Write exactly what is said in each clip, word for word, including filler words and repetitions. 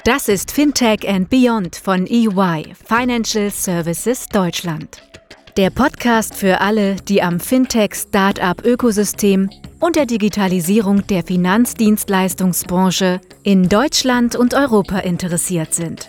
Das ist Fintech and Beyond von E Y, Financial Services Deutschland. Der Podcast für alle, die am Fintech-Startup-Ökosystem und der Digitalisierung der Finanzdienstleistungsbranche in Deutschland und Europa interessiert sind.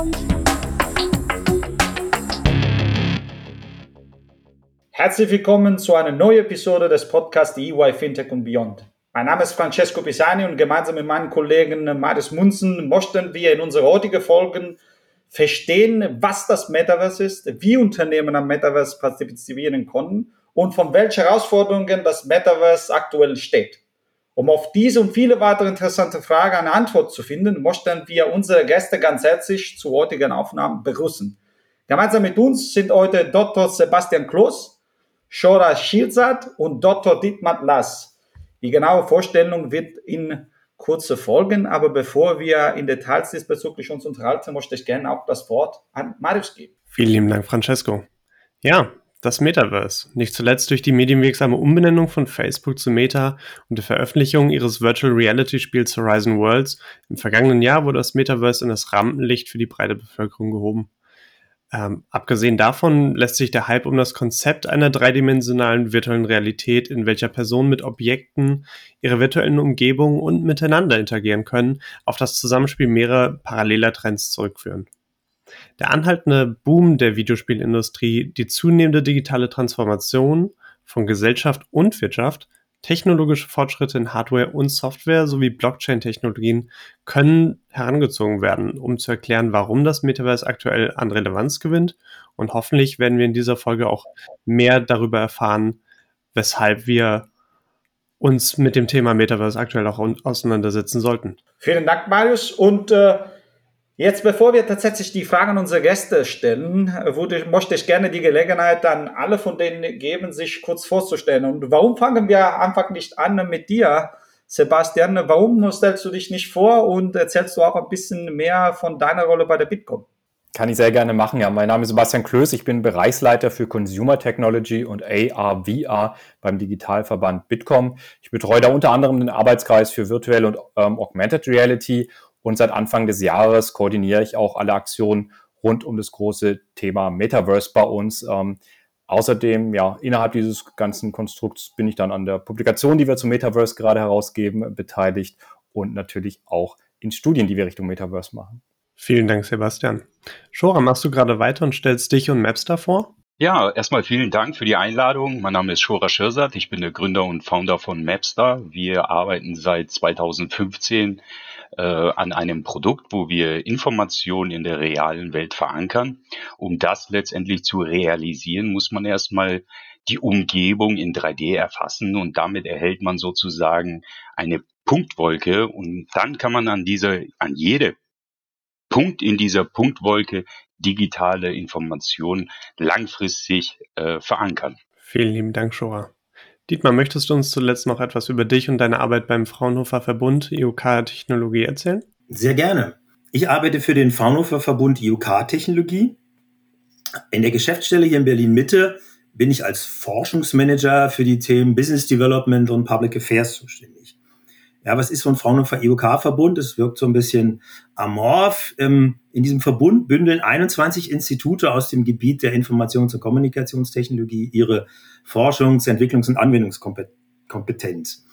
Herzlich willkommen zu einer neuen Episode des Podcasts E Y Fintech und Beyond. Mein Name ist Francesco Pisani und gemeinsam mit meinem Kollegen Marius Munzen möchten wir in unseren heutigen Folgen verstehen, was das Metaverse ist, wie Unternehmen am Metaverse partizipieren können und von welchen Herausforderungen das Metaverse aktuell steht. Um auf diese und viele weitere interessante Fragen eine Antwort zu finden, möchten wir unsere Gäste ganz herzlich zur heutigen Aufnahme begrüßen. Gemeinsam mit uns sind heute Doktor Sebastian Kloß, Shora Shirzad und Doktor Dietmar Lass. Die genaue Vorstellung wird in kurze folgen, aber bevor wir in Details diesbezüglich uns unterhalten, möchte ich gerne auch das Wort an Marius geben. Vielen lieben Dank, Francesco. Ja, das Metaverse. Nicht zuletzt durch die medienwirksame Umbenennung von Facebook zu Meta und die Veröffentlichung ihres Virtual Reality Spiels Horizon Worlds im vergangenen Jahr wurde das Metaverse in das Rampenlicht für die breite Bevölkerung gehoben. Ähm, abgesehen davon lässt sich der Hype um das Konzept einer dreidimensionalen virtuellen Realität, in welcher Personen mit Objekten, ihrer virtuellen Umgebung und miteinander interagieren können, auf das Zusammenspiel mehrerer paralleler Trends zurückführen. Der anhaltende Boom der Videospielindustrie, die zunehmende digitale Transformation von Gesellschaft und Wirtschaft, technologische Fortschritte in Hardware und Software sowie Blockchain-Technologien können herangezogen werden, um zu erklären, warum das Metaverse aktuell an Relevanz gewinnt. Und hoffentlich werden wir in dieser Folge auch mehr darüber erfahren, weshalb wir uns mit dem Thema Metaverse aktuell auch auseinandersetzen sollten. Vielen Dank, Marius. Und äh, jetzt, bevor wir tatsächlich die Fragen unserer Gäste stellen, würde, möchte ich gerne die Gelegenheit an alle von denen geben, sich kurz vorzustellen. Und warum fangen wir einfach nicht an mit dir, Sebastian? Warum stellst du dich nicht vor und erzählst du auch ein bisschen mehr von deiner Rolle bei der Bitkom? Kann ich sehr gerne machen. Ja, mein Name ist Sebastian Klöß. Ich bin Bereichsleiter für Consumer Technology und A R, V R beim Digitalverband Bitkom. Ich betreue da unter anderem den Arbeitskreis für virtuelle und ähm, Augmented Reality. Und seit Anfang des Jahres koordiniere ich auch alle Aktionen rund um das große Thema Metaverse bei uns. Ähm, außerdem, ja, innerhalb dieses ganzen Konstrukts bin ich dann an der Publikation, die wir zum Metaverse gerade herausgeben, beteiligt und natürlich auch in Studien, die wir Richtung Metaverse machen. Vielen Dank, Sebastian. Shora, machst du gerade weiter und stellst dich und Mapstar vor? Ja, erstmal vielen Dank für die Einladung. Mein Name ist Shora Shirzad. Ich bin der Gründer und Founder von Mapstar. Wir arbeiten seit zweitausendfünfzehn äh, an einem Produkt, wo wir Informationen in der realen Welt verankern. Um das letztendlich zu realisieren, muss man erstmal die Umgebung in drei D erfassen und damit erhält man sozusagen eine Punktwolke und dann kann man an diese, an jede Punkt in dieser Punktwolke digitale Informationen langfristig äh, verankern. Vielen lieben Dank, Shora. Dietmar, möchtest du uns zuletzt noch etwas über dich und deine Arbeit beim Fraunhofer Verbund I U K Technologie erzählen? Sehr gerne. Ich arbeite für den Fraunhofer Verbund I U K Technologie. In der Geschäftsstelle hier in Berlin-Mitte bin ich als Forschungsmanager für die Themen Business Development und Public Affairs zuständig. Ja, was ist so ein Fraunhofer I U K-Verbund? Es wirkt so ein bisschen amorph. In diesem Verbund bündeln einundzwanzig Institute aus dem Gebiet der Informations- und Kommunikationstechnologie ihre Forschungs-, Entwicklungs- und Anwendungskompetenz.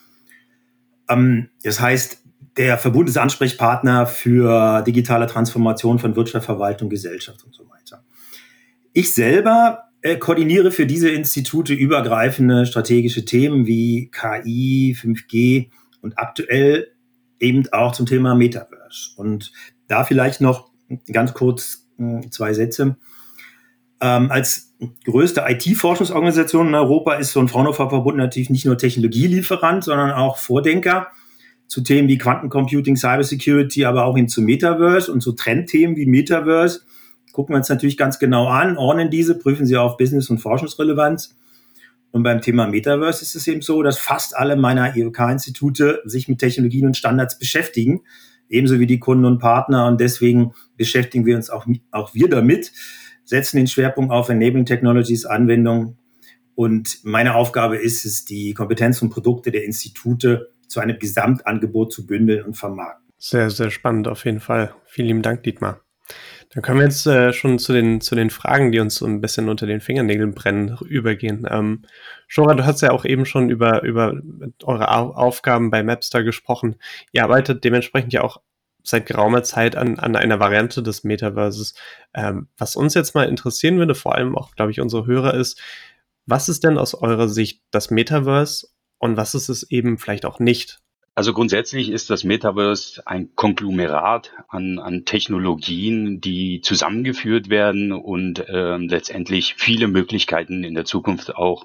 Das heißt, der Verbund ist Ansprechpartner für digitale Transformation von Wirtschaft, Verwaltung, Gesellschaft und so weiter. Ich selber äh, koordiniere für diese Institute übergreifende strategische Themen wie K I, fünf G und aktuell eben auch zum Thema Metaverse. Und da vielleicht noch ganz kurz äh, zwei Sätze. Ähm, als größte I T-Forschungsorganisation in Europa ist so ein Fraunhofer Verbund natürlich nicht nur Technologielieferant, sondern auch Vordenker zu Themen wie Quantencomputing, Cybersecurity, aber auch hin zu Metaverse und zu Trendthemen wie Metaverse. Gucken wir uns natürlich ganz genau an, ordnen diese, prüfen sie auf Business- und Forschungsrelevanz. Und beim Thema Metaverse ist es eben so, dass fast alle meiner I U K-Institute sich mit Technologien und Standards beschäftigen, ebenso wie die Kunden und Partner. Und deswegen beschäftigen wir uns auch, auch wir damit, setzen den Schwerpunkt auf Enabling Technologies, Anwendungen. Und meine Aufgabe ist es, die Kompetenz und Produkte der Institute zu einem Gesamtangebot zu bündeln und vermarkten. Sehr, sehr spannend auf jeden Fall. Vielen lieben Dank, Dietmar. Dann können wir jetzt äh, schon zu den, zu den Fragen, die uns so ein bisschen unter den Fingernägeln brennen, übergehen. Ähm, Shora, du hast ja auch eben schon über, über eure Au- Aufgaben bei Mapstar gesprochen. Ihr arbeitet dementsprechend ja auch seit geraumer Zeit an, an einer Variante des Metaverses. Ähm, was uns jetzt mal interessieren würde, vor allem auch, glaube ich, unsere Hörer, ist, was ist denn aus eurer Sicht das Metaverse und was ist es eben vielleicht auch nicht? Also grundsätzlich ist das Metaverse ein Konglomerat an, an Technologien, die zusammengeführt werden und äh, letztendlich viele Möglichkeiten in der Zukunft auch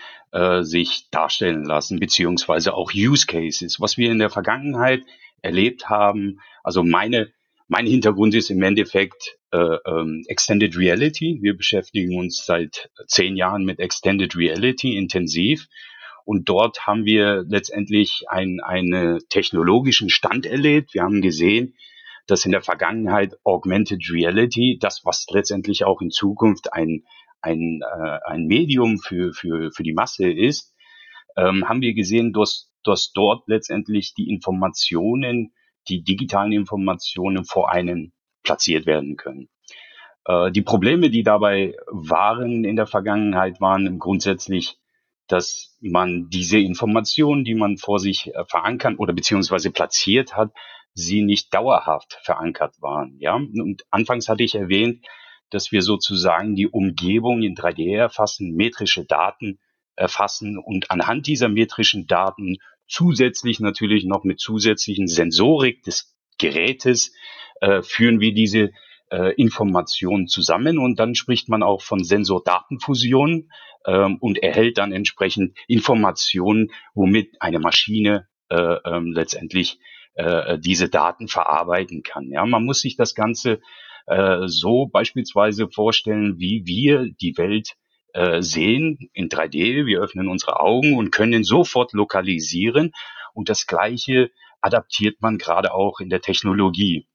äh, sich darstellen lassen, beziehungsweise auch Use Cases. Was wir in der Vergangenheit erlebt haben, also meine, mein Hintergrund ist im Endeffekt äh, ähm, Extended Reality. Wir beschäftigen uns seit zehn Jahren mit Extended Reality intensiv. Und dort haben wir letztendlich einen, einen technologischen Stand erlebt. Wir haben gesehen, dass in der Vergangenheit Augmented Reality, das was letztendlich auch in Zukunft ein, ein, äh, ein Medium für, für, für die Masse ist, ähm, haben wir gesehen, dass, dass dort letztendlich die Informationen, die digitalen Informationen vor einem platziert werden können. Äh, die Probleme, die dabei waren in der Vergangenheit, waren grundsätzlich, dass man diese Informationen, die man vor sich äh, verankern oder beziehungsweise platziert hat, sie nicht dauerhaft verankert waren. Ja, und anfangs hatte ich erwähnt, dass wir sozusagen die Umgebung in drei D erfassen, metrische Daten erfassen und anhand dieser metrischen Daten zusätzlich natürlich noch mit zusätzlichen Sensorik des Gerätes äh, führen wir diese äh, Informationen zusammen und dann spricht man auch von Sensor-Datenfusion ähm, und erhält dann entsprechend Informationen, womit eine Maschine äh, ähm, letztendlich äh, diese Daten verarbeiten kann. Ja, man muss sich das Ganze äh, so beispielsweise vorstellen, wie wir die Welt äh, sehen in drei D. Wir öffnen unsere Augen und können sofort lokalisieren und das Gleiche adaptiert man gerade auch in der Technologie.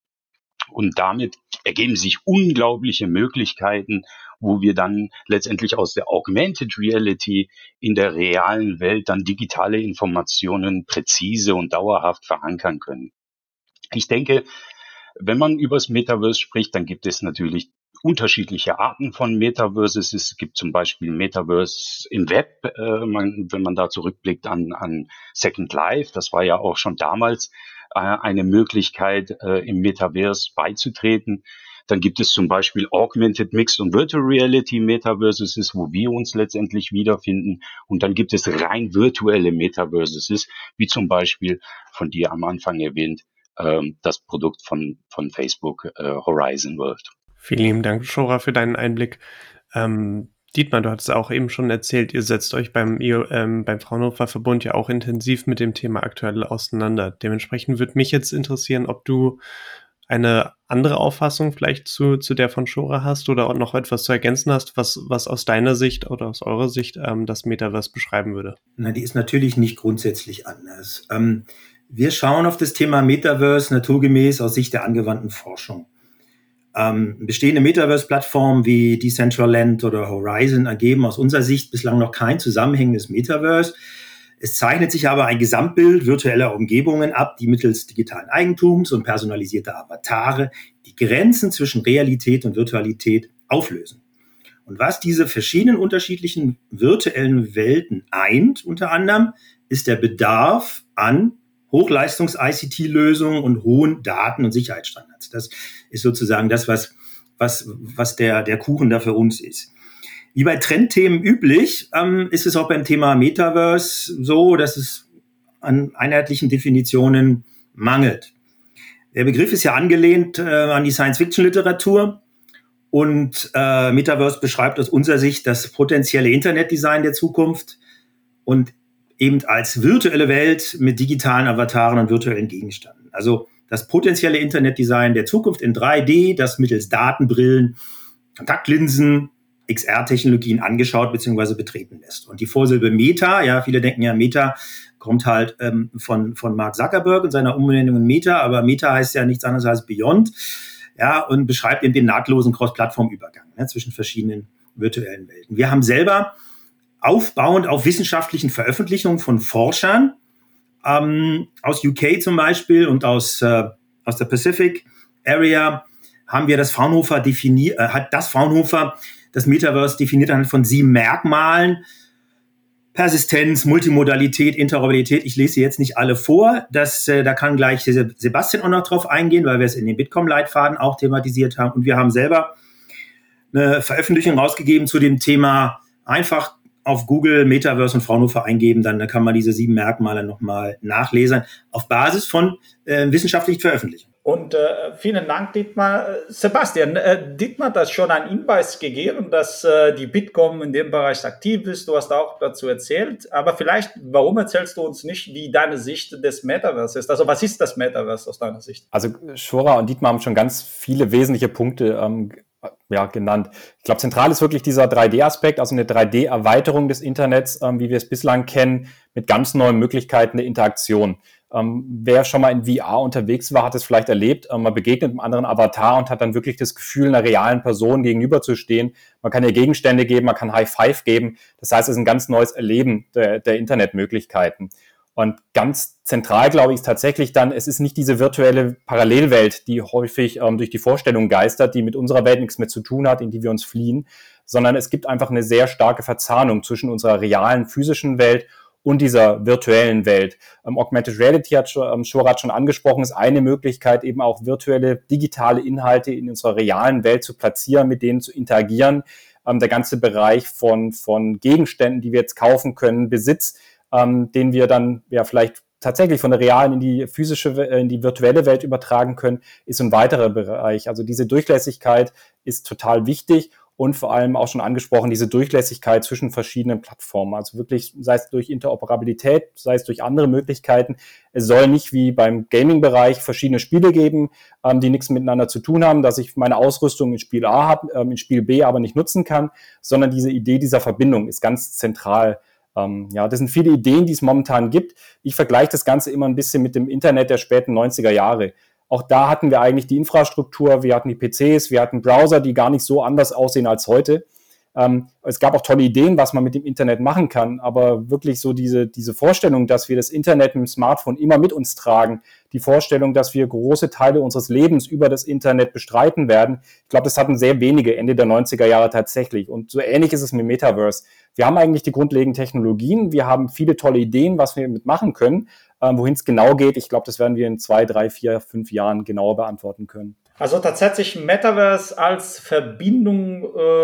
Und damit ergeben sich unglaubliche Möglichkeiten, wo wir dann letztendlich aus der Augmented Reality in der realen Welt dann digitale Informationen präzise und dauerhaft verankern können. Ich denke, wenn man über das Metaverse spricht, dann gibt es natürlich unterschiedliche Arten von Metaverses. Es gibt zum Beispiel Metaverse im Web, äh, man, wenn man da zurückblickt an, an Second Life. Das war ja auch schon damals äh, eine Möglichkeit, äh, im Metaverse beizutreten. Dann gibt es zum Beispiel Augmented Mixed und Virtual Reality Metaverses, wo wir uns letztendlich wiederfinden. Und dann gibt es rein virtuelle Metaverses, wie zum Beispiel von dir am Anfang erwähnt, das Produkt von, von Facebook, äh, Horizon World. Vielen lieben Dank, Shora, für deinen Einblick. Ähm, Dietmar, du hattest auch eben schon erzählt, ihr setzt euch beim, ähm, beim Fraunhofer Verbund ja auch intensiv mit dem Thema aktuell auseinander. Dementsprechend würde mich jetzt interessieren, ob du eine andere Auffassung vielleicht zu, zu der von Shora hast oder auch noch etwas zu ergänzen hast, was, was aus deiner Sicht oder aus eurer Sicht ähm, das Metaverse beschreiben würde. Na, die ist natürlich nicht grundsätzlich anders. Ähm, Wir schauen auf das Thema Metaverse naturgemäß aus Sicht der angewandten Forschung. Ähm, bestehende Metaverse-Plattformen wie Decentraland oder Horizon ergeben aus unserer Sicht bislang noch kein zusammenhängendes Metaverse. Es zeichnet sich aber ein Gesamtbild virtueller Umgebungen ab, die mittels digitalen Eigentums und personalisierter Avatare die Grenzen zwischen Realität und Virtualität auflösen. Und was diese verschiedenen unterschiedlichen virtuellen Welten eint, unter anderem, ist der Bedarf an Hochleistungs-I C T-Lösungen und hohen Daten- und Sicherheitsstandards. Das ist sozusagen das, was, was, was der, der Kuchen da für uns ist. Wie bei Trendthemen üblich, ähm, ist es auch beim Thema Metaverse so, dass es an einheitlichen Definitionen mangelt. Der Begriff ist ja angelehnt äh, an die Science-Fiction-Literatur und äh, Metaverse beschreibt aus unserer Sicht das potenzielle Internetdesign der Zukunft und eben als virtuelle Welt mit digitalen Avataren und virtuellen Gegenständen. Also das potenzielle Internetdesign der Zukunft in drei D, das mittels Datenbrillen, Kontaktlinsen, X R-Technologien angeschaut bzw. betreten lässt. Und die Vorsilbe Meta, ja, viele denken ja, Meta kommt halt ähm, von, von Mark Zuckerberg und seiner Umbenennung in Meta, aber Meta heißt ja nichts anderes als Beyond, ja, und beschreibt eben den nahtlosen Cross-Plattform-Übergang, ne, zwischen verschiedenen virtuellen Welten. Wir haben selber aufbauend auf wissenschaftlichen Veröffentlichungen von Forschern ähm, aus U K zum Beispiel und aus äh, aus der Pacific Area, haben wir das Fraunhofer definiert, äh, hat das Fraunhofer das Metaverse definiert anhand von sieben Merkmalen. Persistenz, Multimodalität, Interoperabilität. Ich lese sie jetzt nicht alle vor. Das, äh, da kann gleich Sebastian auch noch drauf eingehen, weil wir es in den Bitkom-Leitfaden auch thematisiert haben. Und wir haben selber eine Veröffentlichung rausgegeben zu dem Thema. Einfach auf Google Metaverse und Fraunhofer eingeben, dann kann man diese sieben Merkmale nochmal nachlesen, auf Basis von äh, wissenschaftlichen Veröffentlichungen. Und äh, vielen Dank, Dietmar. Sebastian, äh, Dietmar hat das schon einen Hinweis gegeben, dass äh, die Bitkom in dem Bereich aktiv ist. Du hast auch dazu erzählt. Aber vielleicht, warum erzählst du uns nicht, wie deine Sicht des Metaverse ist? Also was ist das Metaverse aus deiner Sicht? Also Shora und Dietmar haben schon ganz viele wesentliche Punkte ähm, ja, genannt. Ich glaube, zentral ist wirklich dieser drei D-Aspekt, also eine drei D-Erweiterung des Internets, ähm, wie wir es bislang kennen, mit ganz neuen Möglichkeiten der Interaktion. Ähm, wer schon mal in V R unterwegs war, hat es vielleicht erlebt. Ähm, man begegnet einem anderen Avatar und hat dann wirklich das Gefühl, einer realen Person gegenüberzustehen. Man kann ihr Gegenstände geben, man kann High Five geben. Das heißt, es ist ein ganz neues Erleben der, der Internetmöglichkeiten. Und ganz zentral, glaube ich, ist tatsächlich dann, es ist nicht diese virtuelle Parallelwelt, die häufig ähm, durch die Vorstellung geistert, die mit unserer Welt nichts mehr zu tun hat, in die wir uns fliehen, sondern es gibt einfach eine sehr starke Verzahnung zwischen unserer realen physischen Welt und dieser virtuellen Welt. Ähm, Augmented Reality hat ähm, Shora schon angesprochen, ist eine Möglichkeit, eben auch virtuelle, digitale Inhalte in unserer realen Welt zu platzieren, mit denen zu interagieren. Ähm, der ganze Bereich von, von Gegenständen, die wir jetzt kaufen können, Besitz, ähm, den wir dann ja vielleicht tatsächlich von der realen in die physische, in die virtuelle Welt übertragen können, ist ein weiterer Bereich. Also diese Durchlässigkeit ist total wichtig. Und vor allem auch schon angesprochen, diese Durchlässigkeit zwischen verschiedenen Plattformen. Also wirklich, sei es durch Interoperabilität, sei es durch andere Möglichkeiten. Es soll nicht wie beim Gaming-Bereich verschiedene Spiele geben, ähm, die nichts miteinander zu tun haben, dass ich meine Ausrüstung in Spiel A habe, ähm, in Spiel B aber nicht nutzen kann, sondern diese Idee dieser Verbindung ist ganz zentral. Ähm, ja, das sind viele Ideen, die es momentan gibt. Ich vergleiche das Ganze immer ein bisschen mit dem Internet der späten neunziger Jahre. Auch da hatten wir eigentlich die Infrastruktur, wir hatten die P Cs, wir hatten Browser, die gar nicht so anders aussehen als heute. Ähm, es gab auch tolle Ideen, was man mit dem Internet machen kann, aber wirklich so diese, diese Vorstellung, dass wir das Internet mit dem Smartphone immer mit uns tragen, die Vorstellung, dass wir große Teile unseres Lebens über das Internet bestreiten werden, ich glaube, das hatten sehr wenige Ende der neunziger Jahre tatsächlich. Und so ähnlich ist es mit Metaverse. Wir haben eigentlich die grundlegenden Technologien, wir haben viele tolle Ideen, was wir damit machen können. Ähm, wohin es genau geht, ich glaube, das werden wir in zwei, drei, vier, fünf Jahren genauer beantworten können. Also tatsächlich Metaverse als Verbindung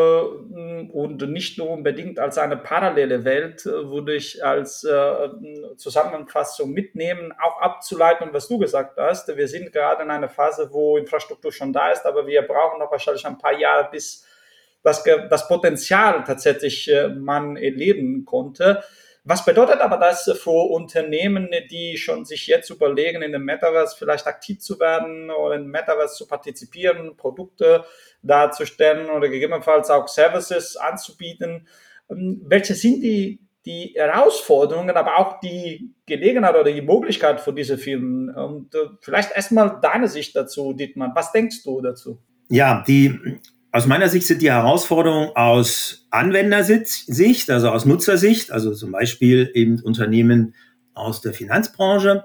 äh, und nicht nur unbedingt als eine parallele Welt äh, würde ich als äh, Zusammenfassung mitnehmen, auch abzuleiten, was du gesagt hast. Wir sind gerade in einer Phase, wo Infrastruktur schon da ist, aber wir brauchen noch wahrscheinlich ein paar Jahre, bis das, das Potenzial tatsächlich äh, man erleben konnte. Was bedeutet aber das für Unternehmen, die schon sich jetzt überlegen, in dem Metaverse vielleicht aktiv zu werden oder im Metaverse zu partizipieren, Produkte darzustellen oder gegebenenfalls auch Services anzubieten? Welche sind die, die Herausforderungen, aber auch die Gelegenheit oder die Möglichkeit für diese Firmen? Und vielleicht erstmal deine Sicht dazu, Dietmar. Was denkst du dazu? Ja, die... Aus meiner Sicht sind die Herausforderungen aus Anwendersicht, also aus Nutzersicht, also zum Beispiel eben Unternehmen aus der Finanzbranche,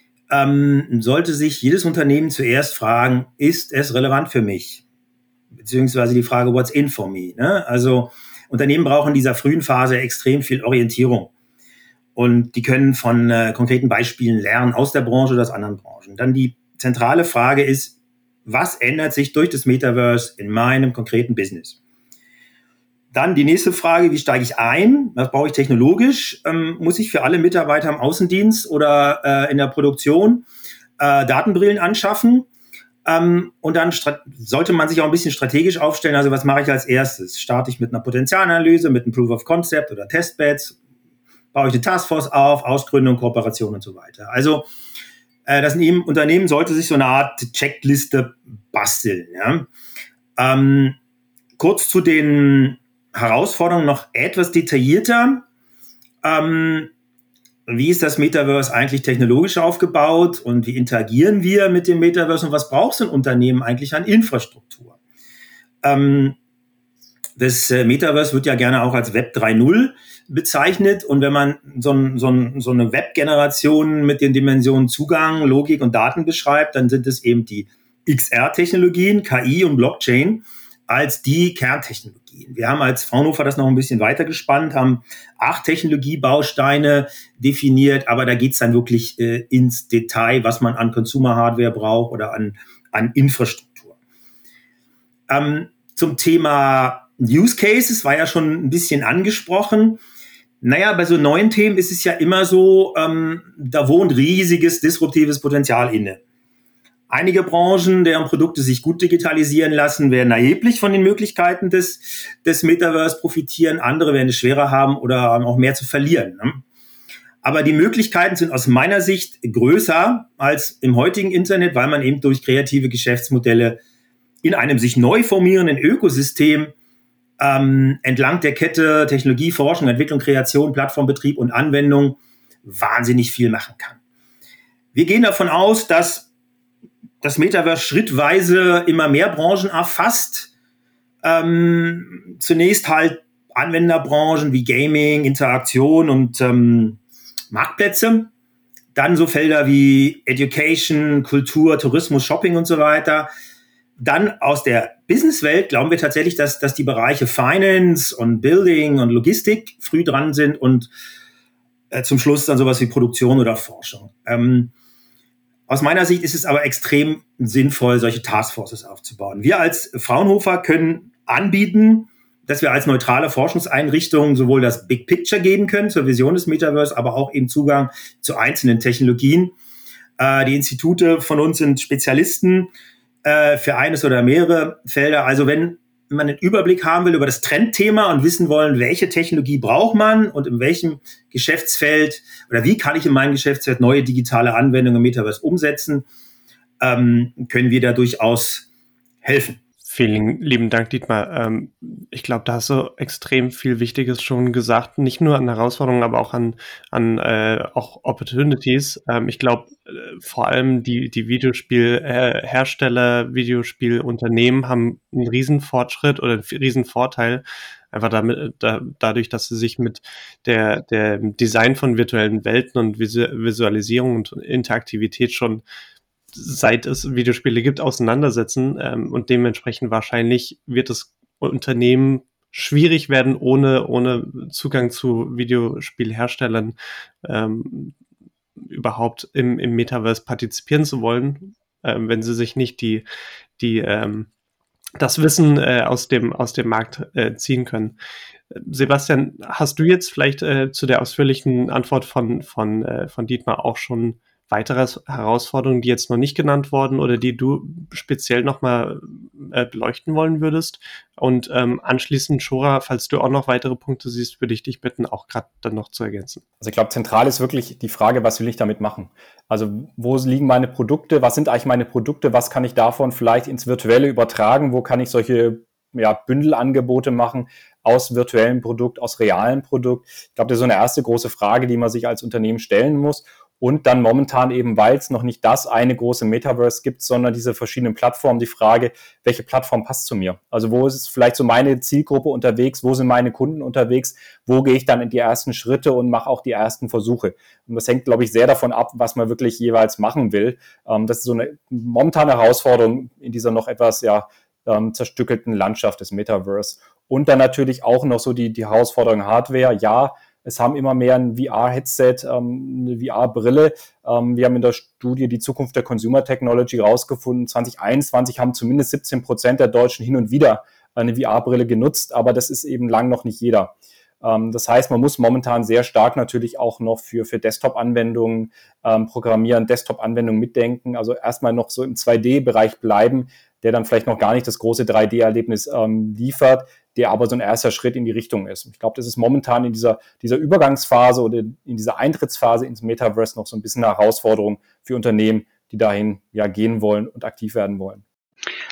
ähm, sollte sich jedes Unternehmen zuerst fragen, ist es relevant für mich? Beziehungsweise die Frage, what's in for me? Ne? Also Unternehmen brauchen in dieser frühen Phase extrem viel Orientierung. Und die können von äh, konkreten Beispielen lernen aus der Branche oder aus anderen Branchen. Dann die zentrale Frage ist, was ändert sich durch das Metaverse in meinem konkreten Business? Dann die nächste Frage, wie steige ich ein? Was brauche ich technologisch? Ähm, muss ich für alle Mitarbeiter im Außendienst oder äh, in der Produktion äh, Datenbrillen anschaffen? Ähm, und dann strat- sollte man sich auch ein bisschen strategisch aufstellen. Also was mache ich als erstes? Starte ich mit einer Potenzialanalyse, mit einem Proof of Concept oder Testbeds? Baue ich eine Taskforce auf, Ausgründung, Kooperation und so weiter? Also das Unternehmen sollte sich so eine Art Checkliste basteln. Ja. Ähm, kurz zu den Herausforderungen noch etwas detaillierter. Ähm, wie ist das Metaverse eigentlich technologisch aufgebaut und wie interagieren wir mit dem Metaverse und was braucht so ein Unternehmen eigentlich an Infrastruktur? Ähm, Das äh, Metaverse wird ja gerne auch als Web drei Punkt null bezeichnet. Und wenn man so, ein, so, ein, so eine Web-Generation mit den Dimensionen Zugang, Logik und Daten beschreibt, dann sind es eben die X R-Technologien, K I und Blockchain als die Kerntechnologien. Wir haben als Fraunhofer das noch ein bisschen weiter gespannt, haben acht Technologiebausteine definiert, aber da geht's dann wirklich äh, ins Detail, was man an Consumer-Hardware braucht oder an, an Infrastruktur. Ähm, zum Thema Use Cases war ja schon ein bisschen angesprochen. Naja, bei so neuen Themen ist es ja immer so, ähm, da wohnt riesiges disruptives Potenzial inne. Einige Branchen, deren Produkte sich gut digitalisieren lassen, werden erheblich von den Möglichkeiten des, des Metaverse profitieren. Andere werden es schwerer haben oder haben auch mehr zu verlieren. Ne? Aber die Möglichkeiten sind aus meiner Sicht größer als im heutigen Internet, weil man eben durch kreative Geschäftsmodelle in einem sich neu formierenden Ökosystem ähm, entlang der Kette Technologie, Forschung, Entwicklung, Kreation, Plattformbetrieb und Anwendung wahnsinnig viel machen kann. Wir gehen davon aus, dass das Metaverse schrittweise immer mehr Branchen erfasst. Ähm, zunächst halt Anwenderbranchen wie Gaming, Interaktion und ähm, Marktplätze. Dann so Felder wie Education, Kultur, Tourismus, Shopping und so weiter. Dann aus der Businesswelt glauben wir tatsächlich, dass, dass die Bereiche Finance und Building und Logistik früh dran sind und äh, zum Schluss dann sowas wie Produktion oder Forschung. Ähm, Aus meiner Sicht ist es aber extrem sinnvoll, solche Taskforces aufzubauen. Wir als Fraunhofer können anbieten, dass wir als neutrale Forschungseinrichtung sowohl das Big Picture geben können zur Vision des Metaverse, aber auch eben Zugang zu einzelnen Technologien. Äh, die Institute von uns sind Spezialisten äh, für eines oder mehrere Felder. Also wenn man einen Überblick haben will über das Trendthema und wissen wollen, welche Technologie braucht man und in welchem Geschäftsfeld oder wie kann ich in meinem Geschäftsfeld neue digitale Anwendungen im Metaverse umsetzen, ähm, können wir da durchaus helfen. Vielen lieben Dank, Dietmar. Ähm, ich glaube, da hast du extrem viel Wichtiges schon gesagt, nicht nur an Herausforderungen, aber auch an, an äh, auch Opportunities. Ähm, ich glaube, äh, vor allem die, die Videospielhersteller, Videospielunternehmen haben einen riesen Fortschritt oder einen riesen Vorteil, einfach damit, da, dadurch, dass sie sich mit der, der Design von virtuellen Welten und Visu- Visualisierung und Interaktivität schon seit es Videospiele gibt, auseinandersetzen. Ähm, und dementsprechend wahrscheinlich wird das Unternehmen schwierig werden, ohne, ohne Zugang zu Videospielherstellern ähm, überhaupt im, im Metaverse partizipieren zu wollen, ähm, wenn sie sich nicht die, die ähm, das Wissen äh, aus dem, aus dem Markt äh, ziehen können. Sebastian, hast du jetzt vielleicht äh, zu der ausführlichen Antwort von, von, äh, von Dietmar auch schon weitere Herausforderungen, die jetzt noch nicht genannt wurden oder die du speziell nochmal äh, beleuchten wollen würdest? Und ähm, anschließend, Shora, falls du auch noch weitere Punkte siehst, würde ich dich bitten, auch gerade dann noch zu ergänzen. Also ich glaube, zentral ist wirklich die Frage, was will ich damit machen? Also wo liegen meine Produkte? Was sind eigentlich meine Produkte? Was kann ich davon vielleicht ins Virtuelle übertragen? Wo kann ich solche ja, Bündelangebote machen aus virtuellem Produkt, aus realem Produkt? Ich glaube, das ist so eine erste große Frage, die man sich als Unternehmen stellen muss. Und dann momentan eben, weil es noch nicht das eine große Metaverse gibt, sondern diese verschiedenen Plattformen, die Frage, welche Plattform passt zu mir? Also wo ist vielleicht so meine Zielgruppe unterwegs? Wo sind meine Kunden unterwegs? Wo gehe ich dann in die ersten Schritte und mache auch die ersten Versuche? Und das hängt, glaube ich, sehr davon ab, was man wirklich jeweils machen will. Ähm, das ist so eine momentane Herausforderung in dieser noch etwas ja ähm, zerstückelten Landschaft des Metaverse. Und dann natürlich auch noch so die, die Herausforderung Hardware. Ja, es haben immer mehr ein V R-Headset, ähm, eine V R-Brille. Ähm, wir haben in der Studie die Zukunft der Consumer Technology rausgefunden. zwanzig einundzwanzig haben zumindest siebzehn Prozent der Deutschen hin und wieder eine V R-Brille genutzt, aber das ist eben lang noch nicht jeder. Ähm, das heißt, man muss momentan sehr stark natürlich auch noch für, für Desktop-Anwendungen ähm, programmieren, Desktop-Anwendungen mitdenken, also erstmal noch so im zwei D-Bereich bleiben, der dann vielleicht noch gar nicht das große drei D-Erlebnis ähm, liefert, der aber so ein erster Schritt in die Richtung ist. Ich glaube, das ist momentan in dieser, dieser Übergangsphase oder in dieser Eintrittsphase ins Metaverse noch so ein bisschen eine Herausforderung für Unternehmen, die dahin ja gehen wollen und aktiv werden wollen.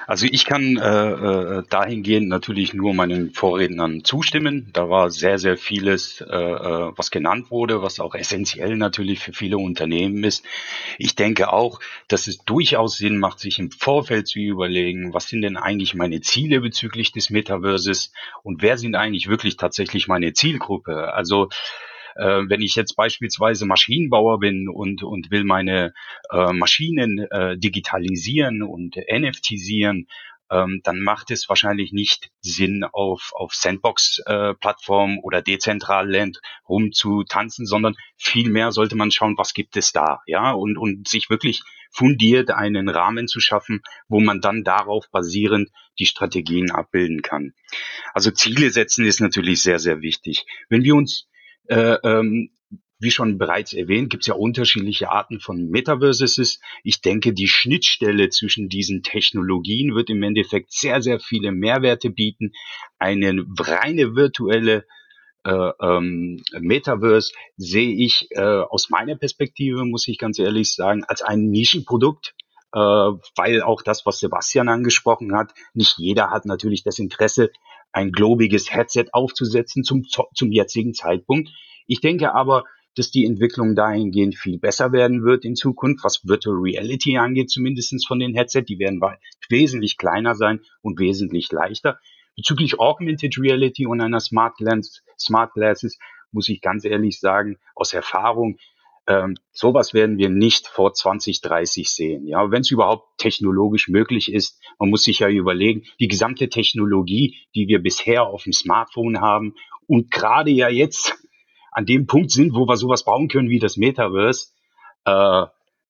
Also ich kann äh, äh, dahingehend natürlich nur meinen Vorrednern zustimmen. Da war sehr, sehr vieles, äh, äh, was genannt wurde, was auch essentiell natürlich für viele Unternehmen ist. Ich denke auch, dass es durchaus Sinn macht, sich im Vorfeld zu überlegen, was sind denn eigentlich meine Ziele bezüglich des Metaverses und wer sind eigentlich wirklich tatsächlich meine Zielgruppe? Also äh, wenn ich jetzt beispielsweise Maschinenbauer bin und, und will meine äh, Maschinen äh, digitalisieren und NFTisieren, ähm, dann macht es wahrscheinlich nicht Sinn, auf, auf Sandbox-Plattformen äh, oder Dezentralland rumzutanzen, sondern vielmehr sollte man schauen, was gibt es da, ja, und, und sich wirklich fundiert einen Rahmen zu schaffen, wo man dann darauf basierend die Strategien abbilden kann. Also Ziele setzen ist natürlich sehr, sehr wichtig. Wenn wir uns äh, ähm, wie schon bereits erwähnt, gibt es ja unterschiedliche Arten von Metaverses. Ich denke, die Schnittstelle zwischen diesen Technologien wird im Endeffekt sehr, sehr viele Mehrwerte bieten. Eine reine virtuelle äh, ähm, Metaverse sehe ich äh, aus meiner Perspektive, muss ich ganz ehrlich sagen, als ein Nischenprodukt, äh, weil auch das, was Sebastian angesprochen hat, nicht jeder hat natürlich das Interesse, ein globiges Headset aufzusetzen zum, zum jetzigen Zeitpunkt. Ich denke aber, dass die Entwicklung dahingehend viel besser werden wird in Zukunft, was Virtual Reality angeht, zumindestens von den Headset. Die werden wesentlich kleiner sein und wesentlich leichter. Bezüglich Augmented Reality und einer Smart Lens, Smart Glasses muss ich ganz ehrlich sagen, aus Erfahrung, ähm, sowas werden wir nicht vor zwanzig dreißig sehen. Ja, wenn es überhaupt technologisch möglich ist, man muss sich ja überlegen, die gesamte Technologie, die wir bisher auf dem Smartphone haben und gerade ja jetzt an dem Punkt sind, wo wir sowas bauen können wie das Metaverse, äh,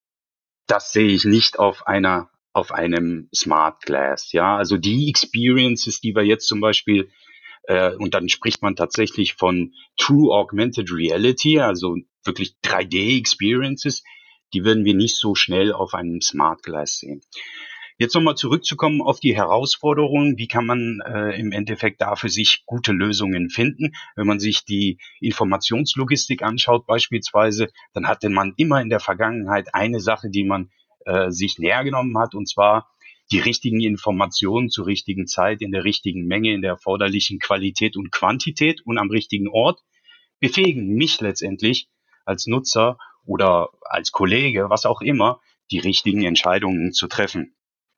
das sehe ich nicht auf einer auf einem Smart Glass. Ja, also die Experiences, die wir jetzt zum Beispiel äh, und dann spricht man tatsächlich von True Augmented Reality, also wirklich drei D-Experiences, die würden wir nicht so schnell auf einem Smart Glass sehen. Jetzt nochmal zurückzukommen auf die Herausforderungen. Wie kann man äh, im Endeffekt da für sich gute Lösungen finden? Wenn man sich die Informationslogistik anschaut beispielsweise, dann hatte man immer in der Vergangenheit eine Sache, die man äh, sich näher genommen hat, und zwar die richtigen Informationen zur richtigen Zeit, in der richtigen Menge, in der erforderlichen Qualität und Quantität und am richtigen Ort, befähigen mich letztendlich als Nutzer oder als Kollege, was auch immer, die richtigen Entscheidungen zu treffen.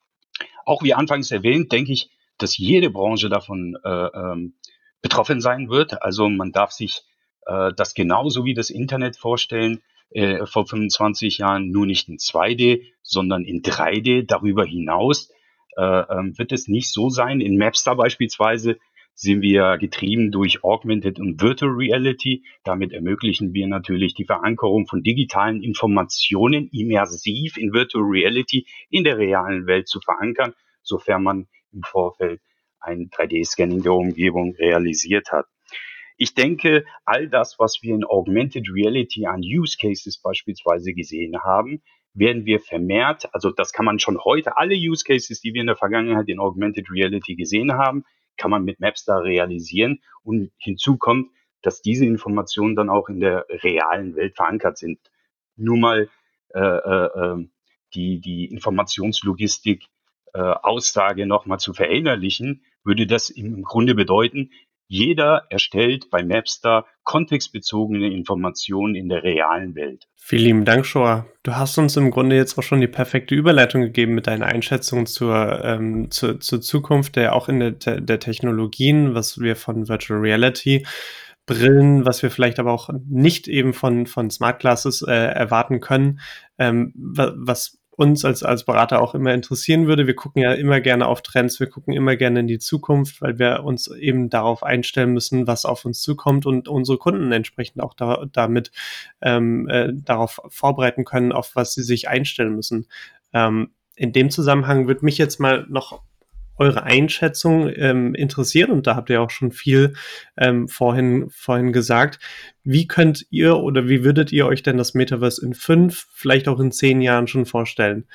Auch wie anfangs erwähnt, denke ich, dass jede Branche davon äh, ähm, betroffen sein wird. Also man darf sich äh, das genauso wie das Internet vorstellen, äh, vor fünfundzwanzig Jahren, nur nicht in zwei D, sondern in drei D. Darüber hinaus äh, ähm, wird es nicht so sein. In Mapstar beispielsweise sind wir getrieben durch Augmented und Virtual Reality. Damit ermöglichen wir natürlich die Verankerung von digitalen Informationen immersiv in Virtual Reality in der realen Welt zu verankern, sofern man im Vorfeld ein drei D-Scanning der Umgebung realisiert hat. Ich denke, all das, was wir in Augmented Reality an Use Cases beispielsweise gesehen haben, werden wir vermehrt, also das kann man schon heute, alle Use Cases, die wir in der Vergangenheit in Augmented Reality gesehen haben, kann man mit Mapstar realisieren, und hinzu kommt, dass diese Informationen dann auch in der realen Welt verankert sind. Nur mal äh, äh, die, die Informationslogistik äh, Aussage nochmal zu verinnerlichen, würde das im Grunde bedeuten, jeder erstellt bei Mapstar kontextbezogene Informationen in der realen Welt. Vielen lieben Dank, Shoa. Du hast uns im Grunde jetzt auch schon die perfekte Überleitung gegeben mit deiner Einschätzung zur, ähm, zur, zur Zukunft der auch in der, der Technologien, was wir von Virtual Reality Brillen, was wir vielleicht aber auch nicht eben von, von Smart Glasses äh, erwarten können, ähm, was uns als, als Berater auch immer interessieren würde. Wir gucken ja immer gerne auf Trends, wir gucken immer gerne in die Zukunft, weil wir uns eben darauf einstellen müssen, was auf uns zukommt und unsere Kunden entsprechend auch da, damit ähm, äh, darauf vorbereiten können, auf was sie sich einstellen müssen. Ähm, in dem Zusammenhang würde mich jetzt mal noch eure Einschätzung ähm, interessieren, und da habt ihr auch schon viel ähm, vorhin, vorhin gesagt. Wie könnt ihr oder wie würdet ihr euch denn das Metaverse in fünf, vielleicht auch in zehn Jahren schon vorstellen?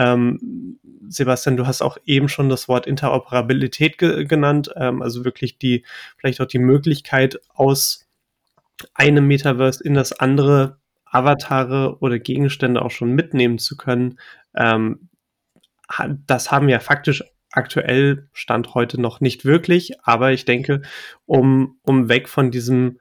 Ähm, Sebastian, du hast auch eben schon das Wort Interoperabilität ge- genannt, ähm, also wirklich die, vielleicht auch die Möglichkeit, aus einem Metaverse in das andere Avatare oder Gegenstände auch schon mitnehmen zu können. Ähm, das haben ja faktisch aktuell Stand heute noch nicht wirklich, aber ich denke, um, um weg von diesem,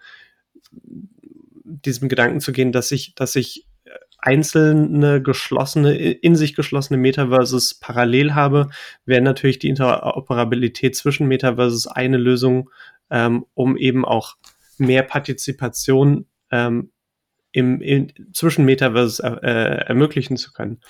diesem Gedanken zu gehen, dass ich, dass ich einzelne geschlossene, in sich geschlossene Metaverses parallel habe, wäre natürlich die Interoperabilität zwischen Metaverses eine Lösung, ähm, um eben auch mehr Partizipation ähm, im, in, zwischen Metaverses äh, ermöglichen zu können.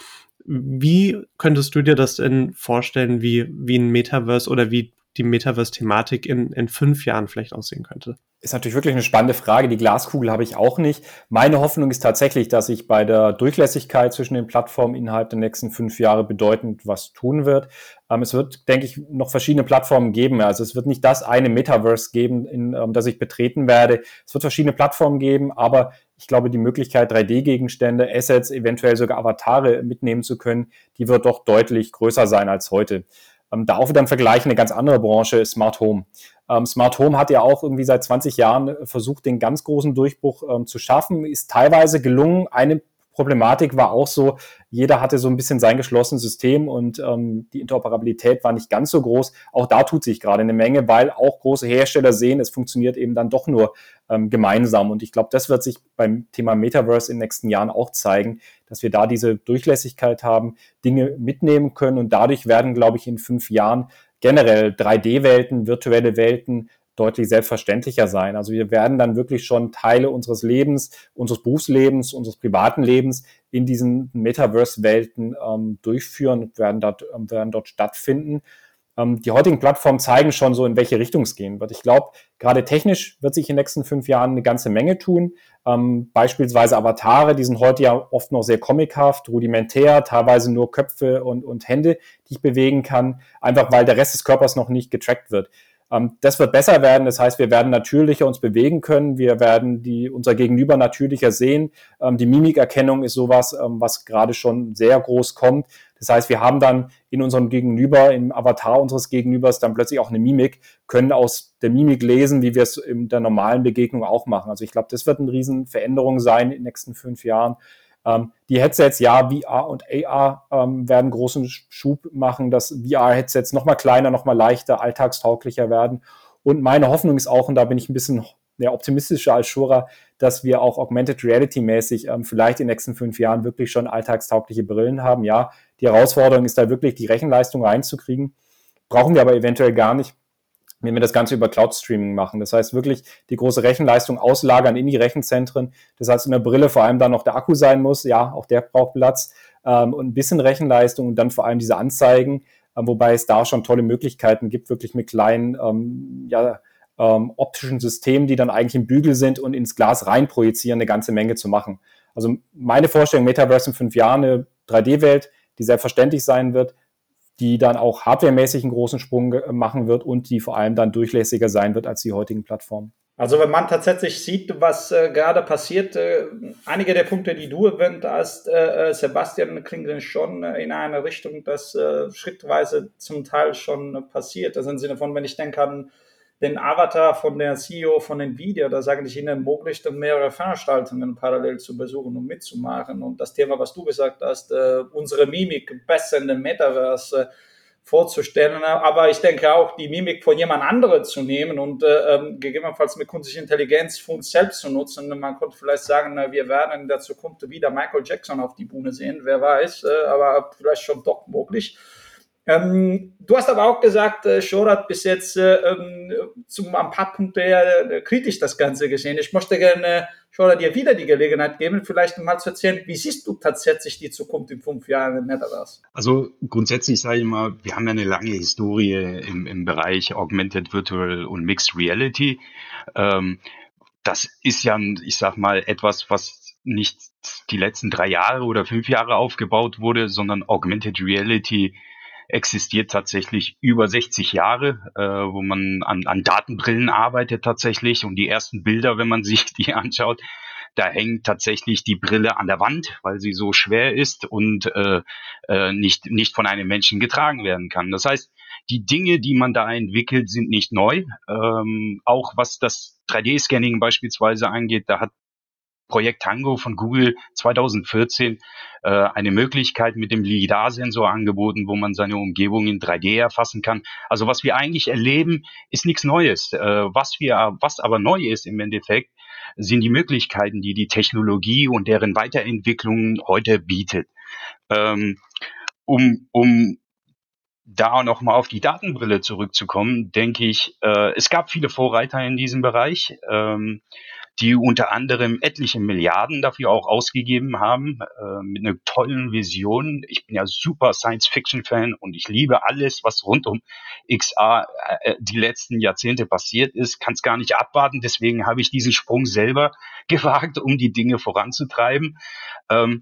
Wie könntest du dir das denn vorstellen, wie, wie ein Metaverse oder wie die Metaverse-Thematik in, in fünf Jahren vielleicht aussehen könnte? Ist natürlich wirklich eine spannende Frage. Die Glaskugel habe ich auch nicht. Meine Hoffnung ist tatsächlich, dass sich bei der Durchlässigkeit zwischen den Plattformen innerhalb der nächsten fünf Jahre bedeutend was tun wird. Ähm, es wird, denke ich, noch verschiedene Plattformen geben. Also es wird nicht das eine Metaverse geben, in ähm, das ich betreten werde. Es wird verschiedene Plattformen geben, aber ich glaube, die Möglichkeit, drei D-Gegenstände, Assets, eventuell sogar Avatare mitnehmen zu können, die wird doch deutlich größer sein als heute. Ähm, da auch wieder im Vergleich eine ganz andere Branche, Smart Home. Ähm, Smart Home hat ja auch irgendwie seit zwanzig Jahren versucht, den ganz großen Durchbruch ähm, zu schaffen, ist teilweise gelungen. Eine Problematik war auch so, jeder hatte so ein bisschen sein geschlossenes System und ähm, die Interoperabilität war nicht ganz so groß. Auch da tut sich gerade eine Menge, weil auch große Hersteller sehen, es funktioniert eben dann doch nur ähm, gemeinsam. Und ich glaube, das wird sich beim Thema Metaverse in den nächsten Jahren auch zeigen, dass wir da diese Durchlässigkeit haben, Dinge mitnehmen können und dadurch werden, glaube ich, in fünf Jahren generell drei D-Welten, virtuelle Welten deutlich selbstverständlicher sein. Also wir werden dann wirklich schon Teile unseres Lebens, unseres Berufslebens, unseres privaten Lebens in diesen Metaverse-Welten ähm, durchführen und werden dort, ähm, werden dort stattfinden. Ähm, die heutigen Plattformen zeigen schon so, in welche Richtung es gehen wird. Ich glaube, gerade technisch wird sich in den nächsten fünf Jahren eine ganze Menge tun. Ähm, beispielsweise Avatare, die sind heute ja oft noch sehr comichaft, rudimentär, teilweise nur Köpfe und, und Hände, die ich bewegen kann, einfach weil der Rest des Körpers noch nicht getrackt wird. Das wird besser werden, das heißt, wir werden natürlicher uns bewegen können, wir werden die, unser Gegenüber natürlicher sehen. Die Mimikerkennung ist sowas, was gerade schon sehr groß kommt. Das heißt, wir haben dann in unserem Gegenüber, im Avatar unseres Gegenübers dann plötzlich auch eine Mimik, können aus der Mimik lesen, wie wir es in der normalen Begegnung auch machen. Also ich glaube, das wird eine riesen Veränderung sein in den nächsten fünf Jahren. Ähm, die Headsets, ja, V R und A R ähm, werden großen Schub machen, dass V R-Headsets noch mal kleiner, noch mal leichter, alltagstauglicher werden. Und meine Hoffnung ist auch, und da bin ich ein bisschen ja, optimistischer als Shura, dass wir auch Augmented Reality-mäßig ähm, vielleicht in den nächsten fünf Jahren wirklich schon alltagstaugliche Brillen haben. Ja, die Herausforderung ist da wirklich, die Rechenleistung reinzukriegen. Brauchen wir aber eventuell gar nicht, wenn wir das Ganze über Cloud-Streaming machen. Das heißt wirklich die große Rechenleistung auslagern in die Rechenzentren. Das heißt, in der Brille vor allem dann noch der Akku sein muss. Ja, auch der braucht Platz ähm, und ein bisschen Rechenleistung und dann vor allem diese Anzeigen, ähm, wobei es da schon tolle Möglichkeiten gibt, wirklich mit kleinen ähm, ja, ähm, optischen Systemen, die dann eigentlich im Bügel sind und ins Glas rein projizieren, eine ganze Menge zu machen. Also meine Vorstellung, Metaverse in fünf Jahren, eine drei D-Welt, die selbstverständlich sein wird, die dann auch hardwaremäßig einen großen Sprung machen wird und die vor allem dann durchlässiger sein wird als die heutigen Plattformen. Also wenn man tatsächlich sieht, was äh, gerade passiert, äh, einige der Punkte, die du erwähnt hast, äh, Sebastian, klingen schon äh, in eine Richtung, dass äh, schrittweise zum Teil schon äh, passiert. Also im Sinne von, wenn ich denke an den Avatar von der C E O von Nvidia, da sage ich Ihnen ermöglicht, mehrere Veranstaltungen parallel zu besuchen und mitzumachen. Und das Thema, was du gesagt hast, äh, unsere Mimik besser in dem Metaverse äh, vorzustellen, aber ich denke auch, die Mimik von jemand anderem zu nehmen und äh, gegebenenfalls mit künstlicher Intelligenz für uns selbst zu nutzen. Man könnte vielleicht sagen, wir werden in der Zukunft wieder Michael Jackson auf die Bühne sehen, wer weiß, äh, aber vielleicht schon doch möglich. Ähm, du hast aber auch gesagt, äh, Shorat bis jetzt äh, ähm, zum ein paar Punkte her äh, kritisch das Ganze gesehen. Ich möchte gerne, Shorat, dir wieder die Gelegenheit geben, vielleicht mal zu erzählen, wie siehst du tatsächlich die Zukunft in fünf Jahren im Metaverse? Also grundsätzlich sage ich mal, wir haben ja eine lange Historie im, im Bereich Augmented Virtual und Mixed Reality. Ähm, das ist ja, ich sag mal, etwas, was nicht die letzten drei Jahre oder fünf Jahre aufgebaut wurde, sondern Augmented Reality existiert tatsächlich über sechzig Jahre, äh, wo man an, an Datenbrillen arbeitet tatsächlich. Und die ersten Bilder, wenn man sich die anschaut, da hängt tatsächlich die Brille an der Wand, weil sie so schwer ist und äh, äh, nicht, nicht von einem Menschen getragen werden kann. Das heißt, die Dinge, die man da entwickelt, sind nicht neu. Ähm, auch was das drei D-Scanning beispielsweise angeht, da hat Projekt Tango von Google zweitausendvierzehn äh, eine Möglichkeit mit dem LiDAR-Sensor angeboten, wo man seine Umgebung in drei D erfassen kann. Also was wir eigentlich erleben, ist nichts Neues. Äh, was wir, was aber neu ist im Endeffekt, sind die Möglichkeiten, die die Technologie und deren Weiterentwicklung heute bietet. Ähm, um, um da auch nochmal auf die Datenbrille zurückzukommen, denke ich, äh, es gab viele Vorreiter in diesem Bereich, ähm, die unter anderem etliche Milliarden dafür auch ausgegeben haben, äh, mit einer tollen Vision. Ich bin ja super Science-Fiction-Fan und ich liebe alles, was rund um X R äh, die letzten Jahrzehnte passiert ist, kann es gar nicht abwarten. Deswegen habe ich diesen Sprung selber gewagt, um die Dinge voranzutreiben. Ähm,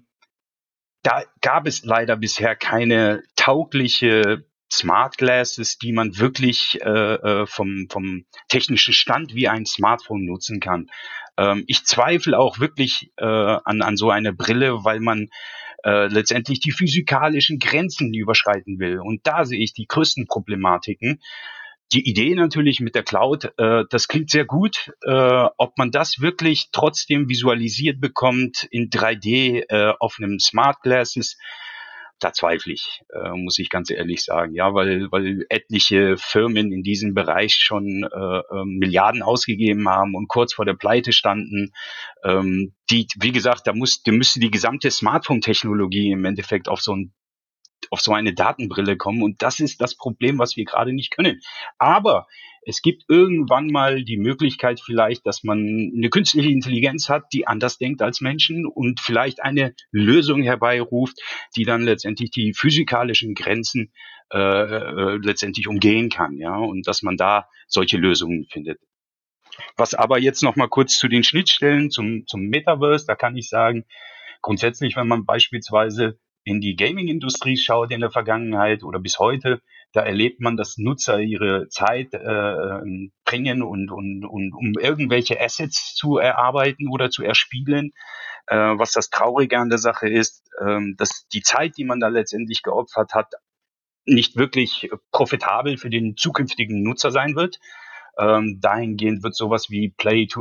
da gab es leider bisher keine taugliche Smart Glasses, die man wirklich äh, vom, vom technischen Stand wie ein Smartphone nutzen kann. Ähm, ich zweifle auch wirklich äh, an, an so eine Brille, weil man äh, letztendlich die physikalischen Grenzen überschreiten will. Und da sehe ich die größten Problematiken. Die Idee natürlich mit der Cloud, äh, das klingt sehr gut. Äh, ob man das wirklich trotzdem visualisiert bekommt in drei D äh, auf einem Smart Glasses, da zweifle ich, äh, muss ich ganz ehrlich sagen. Ja, weil, weil etliche Firmen in diesem Bereich schon äh, äh, Milliarden ausgegeben haben und kurz vor der Pleite standen. Ähm, die, wie gesagt, da muss, da müsste die gesamte Smartphone-Technologie im Endeffekt auf so ein auf so eine Datenbrille kommen. Und das ist das Problem, was wir gerade nicht können. Aber es gibt irgendwann mal die Möglichkeit vielleicht, dass man eine künstliche Intelligenz hat, die anders denkt als Menschen und vielleicht eine Lösung herbeiruft, die dann letztendlich die physikalischen Grenzen äh, äh, letztendlich umgehen kann. Ja, und dass man da solche Lösungen findet. Was aber jetzt noch mal kurz zu den Schnittstellen zum, zum Metaverse, da kann ich sagen, grundsätzlich, wenn man beispielsweise in die Gaming-Industrie schaut in der Vergangenheit oder bis heute, da erlebt man, dass Nutzer ihre Zeit äh, bringen und, und, und um irgendwelche Assets zu erarbeiten oder zu erspielen. Äh, was das Traurige an der Sache ist, äh, dass die Zeit, die man da letztendlich geopfert hat, nicht wirklich profitabel für den zukünftigen Nutzer sein wird. Ähm, dahingehend wird sowas wie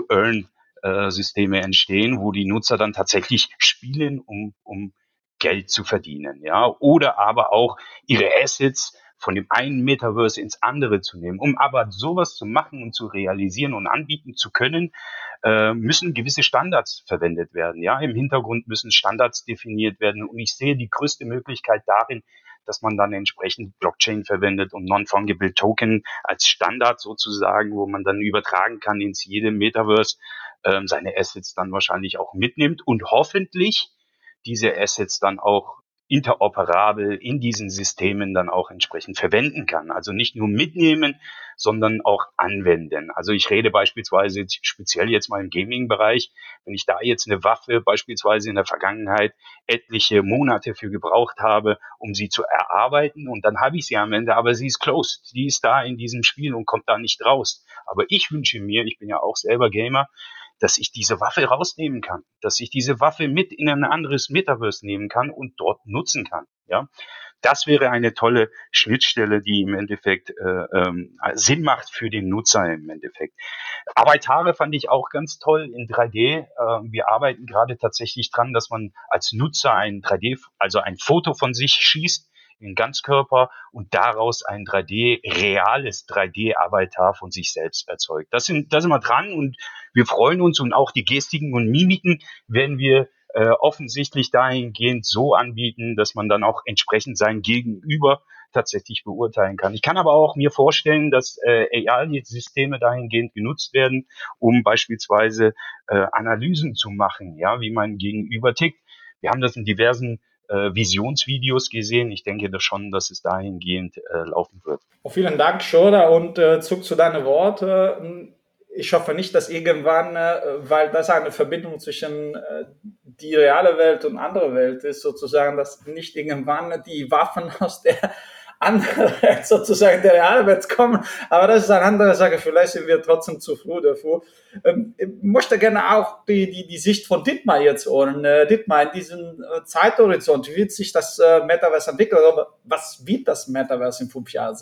Play-to-Earn-Systeme entstehen, wo die Nutzer dann tatsächlich spielen, um, um Geld zu verdienen, ja, oder aber auch ihre Assets von dem einen Metaverse ins andere zu nehmen. Um aber sowas zu machen und zu realisieren und anbieten zu können, äh, müssen gewisse Standards verwendet werden, ja. Im Hintergrund müssen Standards definiert werden und ich sehe die größte Möglichkeit darin, dass man dann entsprechend Blockchain verwendet und Non-Fungible Token als Standard sozusagen, wo man dann übertragen kann ins jede Metaverse, äh, seine Assets dann wahrscheinlich auch mitnimmt und hoffentlich diese Assets dann auch interoperabel in diesen Systemen dann auch entsprechend verwenden kann. Also nicht nur mitnehmen, sondern auch anwenden. Also ich rede beispielsweise speziell jetzt mal im Gaming-Bereich, wenn ich da jetzt eine Waffe beispielsweise in der Vergangenheit etliche Monate für gebraucht habe, um sie zu erarbeiten und dann habe ich sie am Ende, aber sie ist closed. Die ist da in diesem Spiel und kommt da nicht raus. Aber ich wünsche mir, ich bin ja auch selber Gamer, dass ich diese Waffe rausnehmen kann, dass ich diese Waffe mit in ein anderes Metaverse nehmen kann und dort nutzen kann. Ja, das wäre eine tolle Schnittstelle, die im Endeffekt äh, ähm, Sinn macht für den Nutzer im Endeffekt. Avatar fand ich auch ganz toll in drei D. Äh, wir arbeiten gerade tatsächlich dran, dass man als Nutzer ein drei D, also ein Foto von sich schießt in Ganzkörper und daraus ein drei D, reales drei D-Avatar von sich selbst erzeugt. Das sind, da sind wir dran und wir freuen uns und auch die Gestiken und Mimiken werden wir äh, offensichtlich dahingehend so anbieten, dass man dann auch entsprechend sein Gegenüber tatsächlich beurteilen kann. Ich kann aber auch mir vorstellen, dass äh, A I-Systeme dahingehend genutzt werden, um beispielsweise äh, Analysen zu machen, ja, wie mein Gegenüber tickt. Wir haben das in diversen äh, Visionsvideos gesehen. Ich denke das schon, dass es dahingehend äh, laufen wird. Oh, vielen Dank, Shora, und äh, zurück zu deinen Worten. Ich hoffe nicht, dass irgendwann, äh, weil das eine Verbindung zwischen äh, die reale Welt und andere Welt ist, sozusagen, dass nicht irgendwann die Waffen aus der anderen Welt, sozusagen der realen Welt kommen. Aber das ist eine andere Sache. Vielleicht sind wir trotzdem zu früh davor. Ähm, ich möchte gerne auch die, die, die Sicht von Dietmar jetzt hören. Äh, Dietmar, in diesem äh, Zeithorizont, wie wird sich das äh, Metaverse entwickeln? Also, was wird das Metaverse in fünf Jahren sein?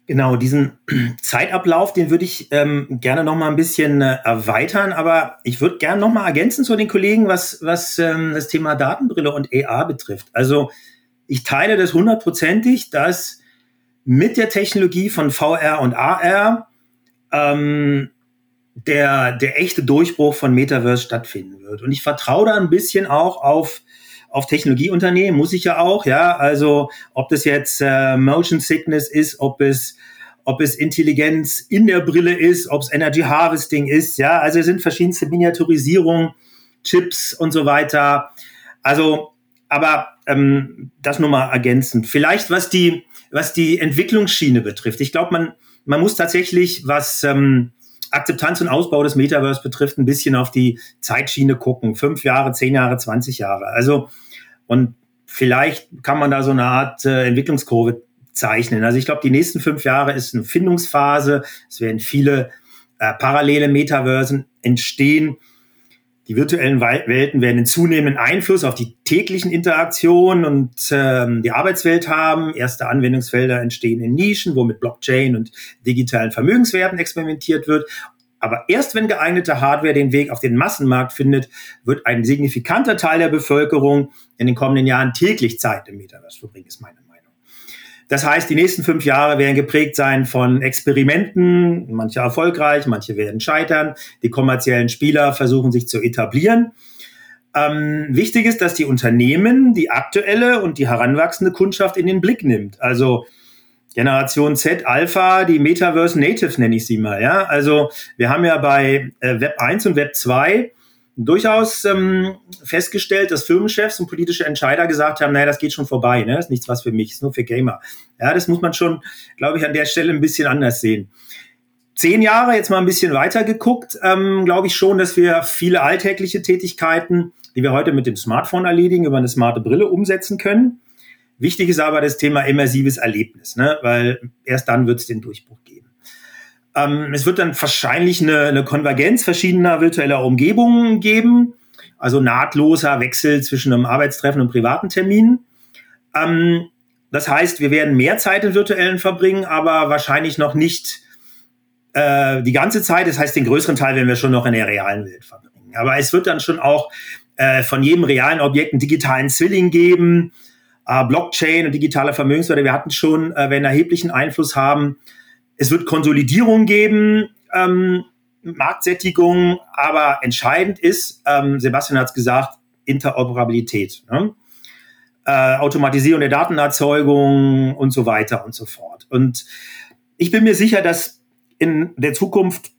Genau, diesen Zeitablauf, den würde ich ähm, gerne noch mal ein bisschen äh, erweitern, aber ich würde gerne noch mal ergänzen zu den Kollegen, was, was ähm, das Thema Datenbrille und A R betrifft. Also ich teile das hundertprozentig, dass mit der Technologie von V R und A R ähm, der, der echte Durchbruch von Metaverse stattfinden wird. Und ich vertraue da ein bisschen auch auf auf Technologieunternehmen, muss ich ja auch, ja, also ob das jetzt äh, Motion Sickness ist, ob es ob es Intelligenz in der Brille ist, ob es Energy Harvesting ist, ja, also es sind verschiedenste Miniaturisierungen, Chips und so weiter. Also, aber ähm, das nur mal ergänzend. Vielleicht was die was die Entwicklungsschiene betrifft. Ich glaube, man man muss tatsächlich, was ähm, Akzeptanz und Ausbau des Metaverse betrifft, ein bisschen auf die Zeitschiene gucken. Fünf Jahre, zehn Jahre, zwanzig Jahre. Also, und vielleicht kann man da so eine Art äh, Entwicklungskurve zeichnen. Also ich glaube, die nächsten fünf Jahre ist eine Findungsphase. Es werden viele äh, parallele Metaversen entstehen. Die virtuellen Welten werden einen zunehmenden Einfluss auf die täglichen Interaktionen und ähm, die Arbeitswelt haben. Erste Anwendungsfelder entstehen in Nischen, wo mit Blockchain und digitalen Vermögenswerten experimentiert wird. Aber erst wenn geeignete Hardware den Weg auf den Massenmarkt findet, wird ein signifikanter Teil der Bevölkerung in den kommenden Jahren täglich Zeit im Metaverse verbringen, ist meine Meinung. Das heißt, die nächsten fünf Jahre werden geprägt sein von Experimenten, manche erfolgreich, manche werden scheitern. Die kommerziellen Spieler versuchen sich zu etablieren. Ähm, wichtig ist, dass die Unternehmen die aktuelle und die heranwachsende Kundschaft in den Blick nimmt. Also Generation Z, Alpha, die Metaverse Natives nenne ich sie mal. Ja, also wir haben ja bei äh, Web eins und Web zwei durchaus ähm, festgestellt, dass Firmenchefs und politische Entscheider gesagt haben, naja, das geht schon vorbei, ne? Das ist nichts was für mich, ist nur für Gamer. Ja, das muss man schon, glaube ich, an der Stelle ein bisschen anders sehen. Zehn Jahre, jetzt mal ein bisschen weiter geguckt, ähm, glaube ich schon, dass wir viele alltägliche Tätigkeiten, die wir heute mit dem Smartphone erledigen, über eine smarte Brille umsetzen können. Wichtig ist aber das Thema immersives Erlebnis, ne? Weil erst dann wird es den Durchbruch geben. Ähm, es wird dann wahrscheinlich eine, eine Konvergenz verschiedener virtueller Umgebungen geben, also nahtloser Wechsel zwischen einem Arbeitstreffen und privaten Terminen. Ähm, das heißt, wir werden mehr Zeit in virtuellen verbringen, aber wahrscheinlich noch nicht äh, die ganze Zeit. Das heißt, den größeren Teil werden wir schon noch in der realen Welt verbringen. Aber es wird dann schon auch äh, von jedem realen Objekt einen digitalen Zwilling geben. Äh, Blockchain und digitale Vermögenswerte, wir hatten schon, äh, werden erheblichen Einfluss haben. Es wird Konsolidierung geben, ähm, Marktsättigung, aber entscheidend ist, ähm, Sebastian hat es gesagt, Interoperabilität, ne? äh, Automatisierung der Datenerzeugung und so weiter und so fort. Und ich bin mir sicher, dass in der Zukunft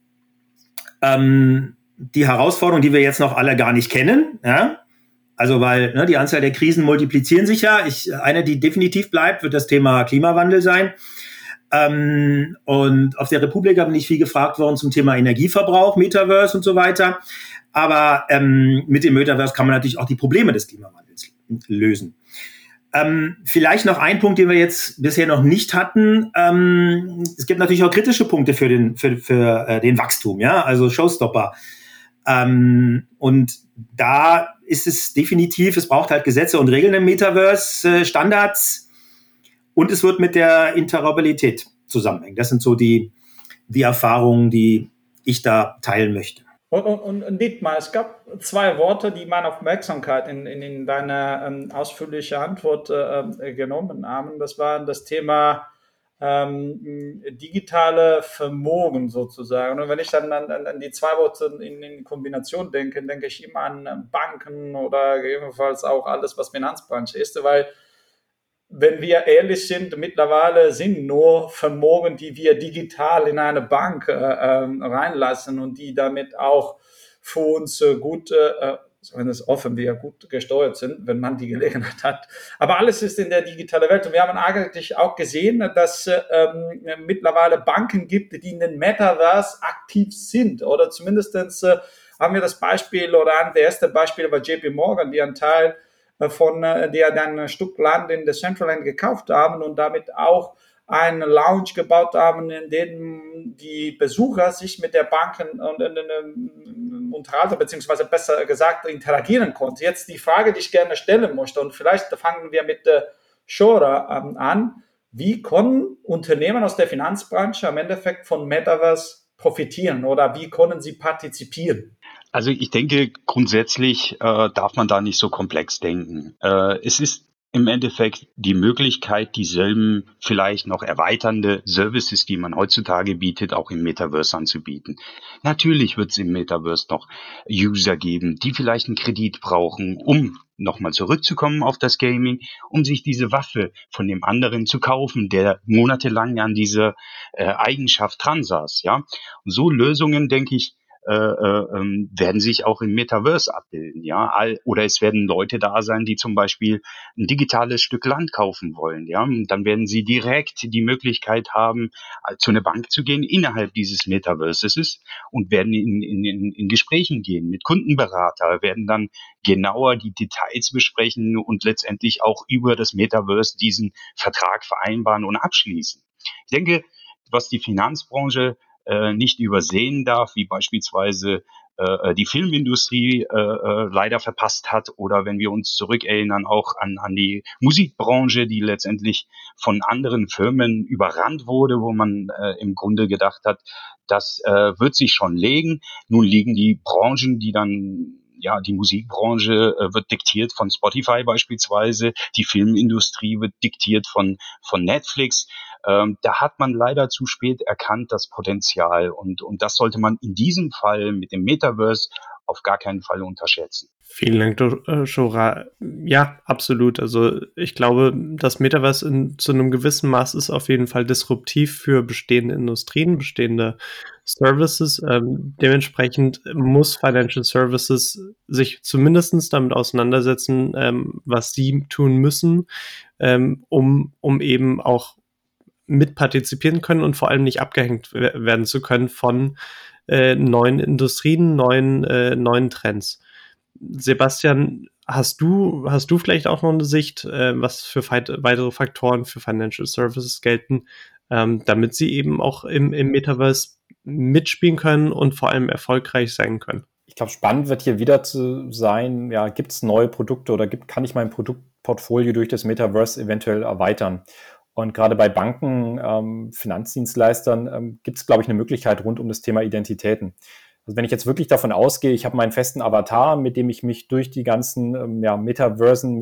ähm, die Herausforderungen, die wir jetzt noch alle gar nicht kennen, ja, also weil ne, die Anzahl der Krisen multiplizieren sich ja. Ich, eine, die definitiv bleibt, wird das Thema Klimawandel sein. Ähm, und auf der Republika bin ich viel gefragt worden zum Thema Energieverbrauch, Metaverse und so weiter. Aber ähm, mit dem Metaverse kann man natürlich auch die Probleme des Klimawandels lösen. Ähm, vielleicht noch ein Punkt, den wir jetzt bisher noch nicht hatten. Ähm, es gibt natürlich auch kritische Punkte für den, für, für, äh, den Wachstum, ja, also Showstopper. Ähm, und da ist es definitiv, es braucht halt Gesetze und Regeln im Metaverse, äh, Standards. Und es wird mit der Interoperabilität zusammenhängen. Das sind so die, die Erfahrungen, die ich da teilen möchte. Und, und, und Dietmar, es gab zwei Worte, die meine Aufmerksamkeit in, in, in deiner ähm, ausführlichen Antwort äh, genommen haben. Das war das Thema ähm, digitale Vermögen sozusagen. Und wenn ich dann an, an die zwei Worte in, in Kombination denke, denke ich immer an Banken oder gegebenenfalls auch alles, was Finanzbranche ist, weil wenn wir ehrlich sind, mittlerweile sind nur Vermögen, die wir digital in eine Bank äh, reinlassen und die damit auch für uns äh, gut, äh, zumindest hoffen wir, gut gesteuert sind, wenn man die Gelegenheit hat. Aber alles ist in der digitalen Welt. Und wir haben eigentlich auch gesehen, dass es äh, mittlerweile Banken gibt, die in den Metaverse aktiv sind. Oder zumindest äh, haben wir das Beispiel, oder ein der ersten Beispiele war J P Morgan, die einen Teil von der dann ein Stück Land in der Centraland gekauft haben und damit auch einen Lounge gebaut haben, in dem die Besucher sich mit der Banken und, und, und unterhalten, beziehungsweise besser gesagt interagieren konnten. Jetzt die Frage, die ich gerne stellen möchte, und vielleicht fangen wir mit äh, Shora ähm, an. Wie können Unternehmen aus der Finanzbranche am Endeffekt von Metaverse profitieren oder wie können sie partizipieren? Also ich denke, grundsätzlich äh, darf man da nicht so komplex denken. Äh, es ist im Endeffekt die Möglichkeit, dieselben vielleicht noch erweiternde Services, die man heutzutage bietet, auch im Metaverse anzubieten. Natürlich wird es im Metaverse noch User geben, die vielleicht einen Kredit brauchen, um nochmal zurückzukommen auf das Gaming, um sich diese Waffe von dem anderen zu kaufen, der monatelang an dieser äh, Eigenschaft dran saß. Ja? Und so Lösungen, denke ich, Äh, äh, werden sich auch im Metaverse abbilden, ja, All, oder es werden Leute da sein, die zum Beispiel ein digitales Stück Land kaufen wollen, ja, und dann werden sie direkt die Möglichkeit haben, zu einer Bank zu gehen innerhalb dieses Metaverses und werden in, in, in, in Gesprächen gehen mit Kundenberater, werden dann genauer die Details besprechen und letztendlich auch über das Metaverse diesen Vertrag vereinbaren und abschließen. Ich denke, was die Finanzbranche Äh, nicht übersehen darf, wie beispielsweise äh, die Filmindustrie äh, äh, leider verpasst hat oder wenn wir uns zurückerinnern auch an, an die Musikbranche, die letztendlich von anderen Firmen überrannt wurde, wo man äh, im Grunde gedacht hat, das äh, wird sich schon legen. Nun liegen die Branchen, die dann ja, die Musikbranche äh, wird diktiert von Spotify beispielsweise, die Filmindustrie wird diktiert von, von Netflix. Ähm, da hat man leider zu spät erkannt, das Potenzial. Und, und das sollte man in diesem Fall mit dem Metaverse auf gar keinen Fall unterschätzen. Vielen Dank, Shora. Ja, absolut. Also ich glaube, das Metaverse in, zu einem gewissen Maß ist auf jeden Fall disruptiv für bestehende Industrien, bestehende Services. Ähm, dementsprechend muss Financial Services sich zumindest damit auseinandersetzen, ähm, was sie tun müssen, ähm, um, um eben auch mitpartizipieren können und vor allem nicht abgehängt werden zu können von äh, neuen Industrien, neuen, äh, neuen Trends. Sebastian, hast du, hast du vielleicht auch noch eine Sicht, äh, was für feit- weitere Faktoren für Financial Services gelten, ähm, damit sie eben auch im, im Metaverse mitspielen können und vor allem erfolgreich sein können? Ich glaube, spannend wird hier wieder zu sein, ja, gibt es neue Produkte oder gibt, kann ich mein Produktportfolio durch das Metaverse eventuell erweitern? Und gerade bei Banken, ähm, Finanzdienstleistern ähm, gibt es, glaube ich, eine Möglichkeit rund um das Thema Identitäten. Also wenn ich jetzt wirklich davon ausgehe, ich habe meinen festen Avatar, mit dem ich mich durch die ganzen ähm, ja, Metaversen,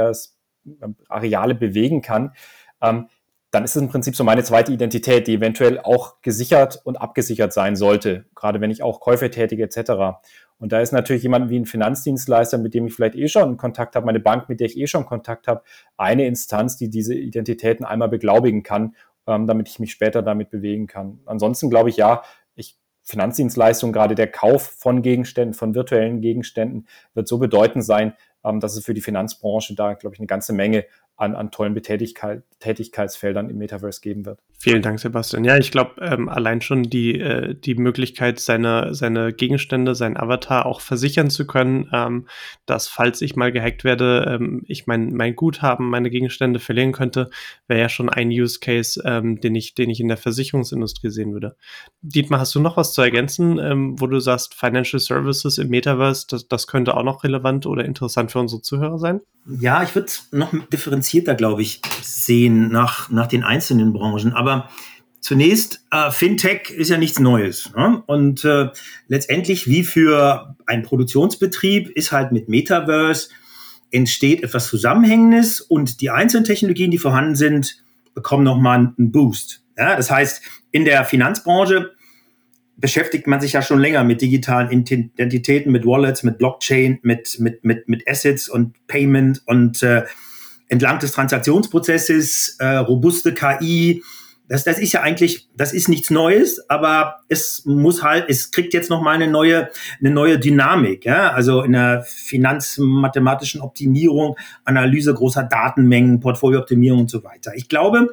Metaverse-Areale bewegen kann, ähm, dann ist es im Prinzip so meine zweite Identität, die eventuell auch gesichert und abgesichert sein sollte, gerade wenn ich auch Käufe tätige et cetera. Und da ist natürlich jemand wie ein Finanzdienstleister, mit dem ich vielleicht eh schon Kontakt habe, meine Bank, mit der ich eh schon Kontakt habe, eine Instanz, die diese Identitäten einmal beglaubigen kann, ähm, damit ich mich später damit bewegen kann. Ansonsten glaube ich, ja, ich Finanzdienstleistungen, gerade der Kauf von Gegenständen, von virtuellen Gegenständen, wird so bedeutend sein, ähm, dass es für die Finanzbranche da, glaube ich, eine ganze Menge an, an tollen Betätigkeit, Tätigkeitsfeldern im Metaverse geben wird. Vielen Dank, Sebastian. Ja, ich glaube, ähm, allein schon die, äh, die Möglichkeit, seine, seine Gegenstände, seinen Avatar auch versichern zu können, ähm, dass, falls ich mal gehackt werde, ähm, ich mein, mein Guthaben, meine Gegenstände verlieren könnte, wäre ja schon ein Use Case, ähm, den ich, den ich in der Versicherungsindustrie sehen würde. Dietmar, hast du noch was zu ergänzen, ähm, wo du sagst, Financial Services im Metaverse, das, das könnte auch noch relevant oder interessant für unsere Zuhörer sein? Ja, ich würde es noch differenzierter, glaube ich, sehen nach, nach den einzelnen Branchen. Aber zunächst, äh, Fintech ist ja nichts Neues. Ne? Und äh, letztendlich, wie für einen Produktionsbetrieb, ist halt mit Metaverse entsteht etwas Zusammenhängendes und die einzelnen Technologien, die vorhanden sind, bekommen nochmal einen Boost. Ja? Das heißt, in der Finanzbranche beschäftigt man sich ja schon länger mit digitalen Identitäten, mit Wallets, mit Blockchain, mit, mit, mit, mit Assets und Payment und äh, entlang des Transaktionsprozesses, äh, robuste K I. Das, das ist ja eigentlich, das ist nichts Neues, aber es muss halt, es kriegt jetzt nochmal eine neue, eine neue Dynamik, ja, also in der finanzmathematischen Optimierung, Analyse großer Datenmengen, Portfoliooptimierung und so weiter. Ich glaube,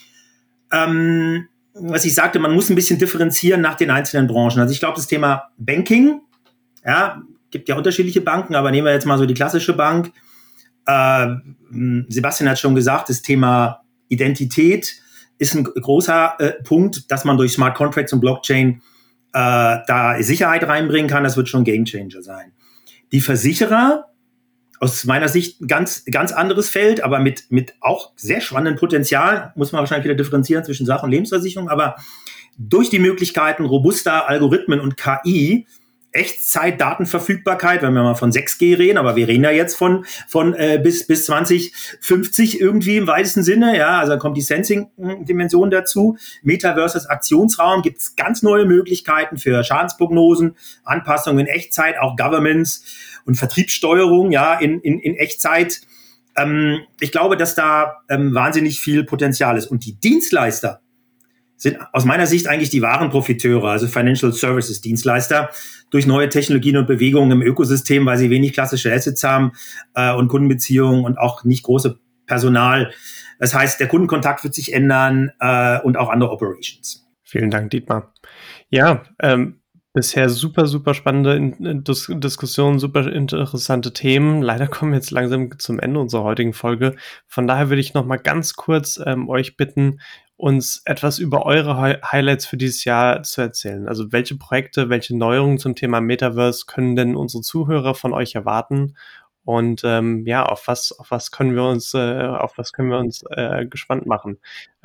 ähm, was ich sagte, man muss ein bisschen differenzieren nach den einzelnen Branchen. Also ich glaube, das Thema Banking, ja, gibt ja unterschiedliche Banken, aber nehmen wir jetzt mal so die klassische Bank. Äh, Sebastian hat schon gesagt, das Thema Identität ist ein großer äh, Punkt, dass man durch Smart Contracts und Blockchain äh, da Sicherheit reinbringen kann. Das wird schon ein Gamechanger sein. Die Versicherer aus meiner Sicht ein ganz, ganz anderes Feld, aber mit, mit auch sehr spannendem Potenzial, muss man wahrscheinlich wieder differenzieren zwischen Sach- und Lebensversicherung, aber durch die Möglichkeiten robuster Algorithmen und K I, Echtzeit-Datenverfügbarkeit, wenn wir mal von sechs G reden, aber wir reden ja jetzt von, von äh, bis, bis zwanzig fünfzig irgendwie im weitesten Sinne, ja, also dann kommt die Sensing-Dimension dazu. Metaverse als Aktionsraum, gibt es ganz neue Möglichkeiten für Schadensprognosen, Anpassungen in Echtzeit, auch Governance und Vertriebssteuerung, ja, in, in, in Echtzeit. Ähm, ich glaube, dass da ähm, wahnsinnig viel Potenzial ist. Und die Dienstleister sind aus meiner Sicht eigentlich die wahren Profiteure, also Financial Services Dienstleister, durch neue Technologien und Bewegungen im Ökosystem, weil sie wenig klassische Assets haben äh, und Kundenbeziehungen und auch nicht große Personal. Das heißt, der Kundenkontakt wird sich ändern äh, und auch andere Operations. Vielen Dank, Dietmar. Ja, ähm, bisher super, super spannende Dis- Diskussionen, super interessante Themen. Leider kommen wir jetzt langsam zum Ende unserer heutigen Folge. Von daher würde ich noch mal ganz kurz ähm, euch bitten, uns etwas über eure Hi- Highlights für dieses Jahr zu erzählen. Also welche Projekte, welche Neuerungen zum Thema Metaverse können denn unsere Zuhörer von euch erwarten? Und ähm, ja, auf was, auf was können wir uns, äh, auf was können wir uns äh, gespannt machen?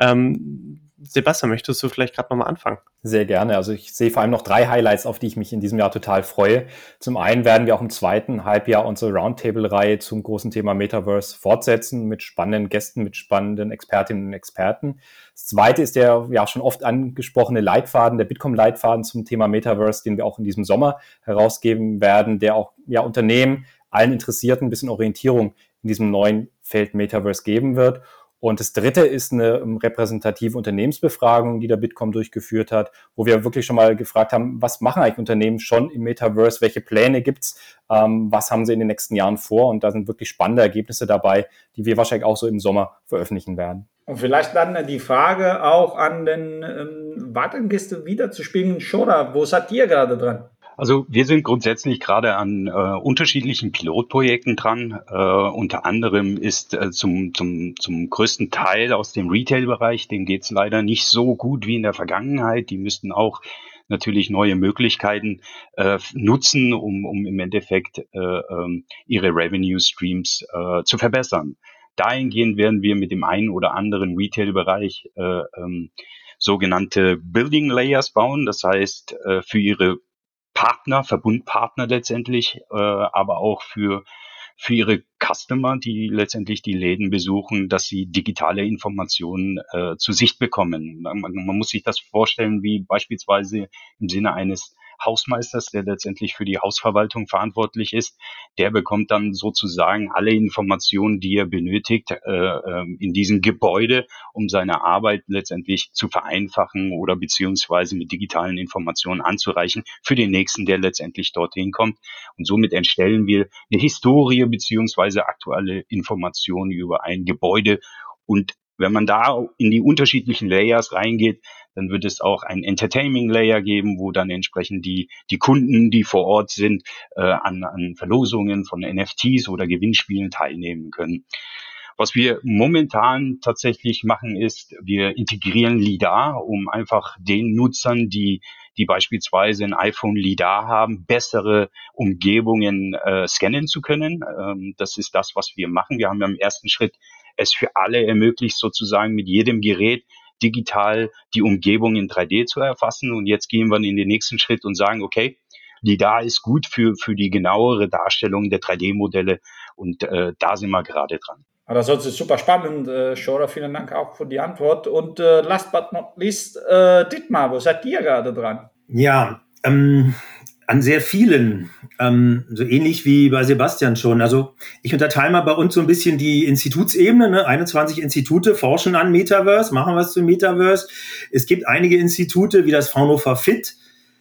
Ähm, Sebastian, möchtest du vielleicht gerade nochmal anfangen? Sehr gerne. Also ich sehe vor allem noch drei Highlights, auf die ich mich in diesem Jahr total freue. Zum einen werden wir auch im zweiten Halbjahr unsere Roundtable-Reihe zum großen Thema Metaverse fortsetzen mit spannenden Gästen, mit spannenden Expertinnen und Experten. Das zweite ist der ja schon oft angesprochene Leitfaden, der Bitkom-Leitfaden zum Thema Metaverse, den wir auch in diesem Sommer herausgeben werden, der auch ja Unternehmen, allen Interessierten ein bisschen Orientierung in diesem neuen Feld Metaverse geben wird. Und das dritte ist eine repräsentative Unternehmensbefragung, die der Bitkom durchgeführt hat, wo wir wirklich schon mal gefragt haben, was machen eigentlich Unternehmen schon im Metaverse, welche Pläne gibt's, ähm, was haben sie in den nächsten Jahren vor? Und da sind wirklich spannende Ergebnisse dabei, die wir wahrscheinlich auch so im Sommer veröffentlichen werden. Und vielleicht dann die Frage auch an den ähm, Wartengäste wieder zu spielen. Shora, wo seid ihr gerade dran? Also wir sind grundsätzlich gerade an äh, unterschiedlichen Pilotprojekten dran. Äh, unter anderem ist äh, zum, zum, zum größten Teil aus dem Retail-Bereich, dem geht's leider nicht so gut wie in der Vergangenheit. Die müssten auch natürlich neue Möglichkeiten äh, nutzen, um, um im Endeffekt äh, ähm, ihre Revenue-Streams äh, zu verbessern. Dahingehend werden wir mit dem einen oder anderen Retail-Bereich äh, ähm, sogenannte Building Layers bauen. Das heißt, äh, für ihre Partner, Verbundpartner letztendlich, äh, aber auch für für ihre Customer, die letztendlich die Läden besuchen, dass sie digitale Informationen äh, zu Sicht bekommen. Man, man muss sich das vorstellen, wie beispielsweise im Sinne eines Hausmeisters, der letztendlich für die Hausverwaltung verantwortlich ist, der bekommt dann sozusagen alle Informationen, die er benötigt, äh, in diesem Gebäude, um seine Arbeit letztendlich zu vereinfachen oder beziehungsweise mit digitalen Informationen anzureichen für den nächsten, der letztendlich dorthin kommt. Und somit entstellen wir eine Historie beziehungsweise aktuelle Informationen über ein Gebäude. Und wenn man da in die unterschiedlichen Layers reingeht, dann wird es auch ein Entertaining-Layer geben, wo dann entsprechend die die Kunden, die vor Ort sind, äh, an, an Verlosungen von N F Ts oder Gewinnspielen teilnehmen können. Was wir momentan tatsächlich machen, ist, wir integrieren LiDAR, um einfach den Nutzern, die die beispielsweise ein iPhone LiDAR haben, bessere Umgebungen äh, scannen zu können. Ähm, das ist das, was wir machen. Wir haben ja im ersten Schritt es für alle ermöglicht, sozusagen mit jedem Gerät digital die Umgebung in drei D zu erfassen. Und jetzt gehen wir in den nächsten Schritt und sagen, okay, LiDAR ist gut für für die genauere Darstellung der drei D-Modelle und äh, da sind wir gerade dran. Das ist super spannend, äh, Shora. Vielen Dank auch für die Antwort. Und äh, last but not least, äh, Dietmar, wo seid ihr gerade dran? Ja, ähm, an sehr vielen, ähm, so ähnlich wie bei Sebastian schon. Also ich unterteile mal bei uns so ein bisschen die Institutsebene. Ne? einundzwanzig Institute forschen an Metaverse, machen was zu Metaverse. Es gibt einige Institute wie das Fraunhofer Fit.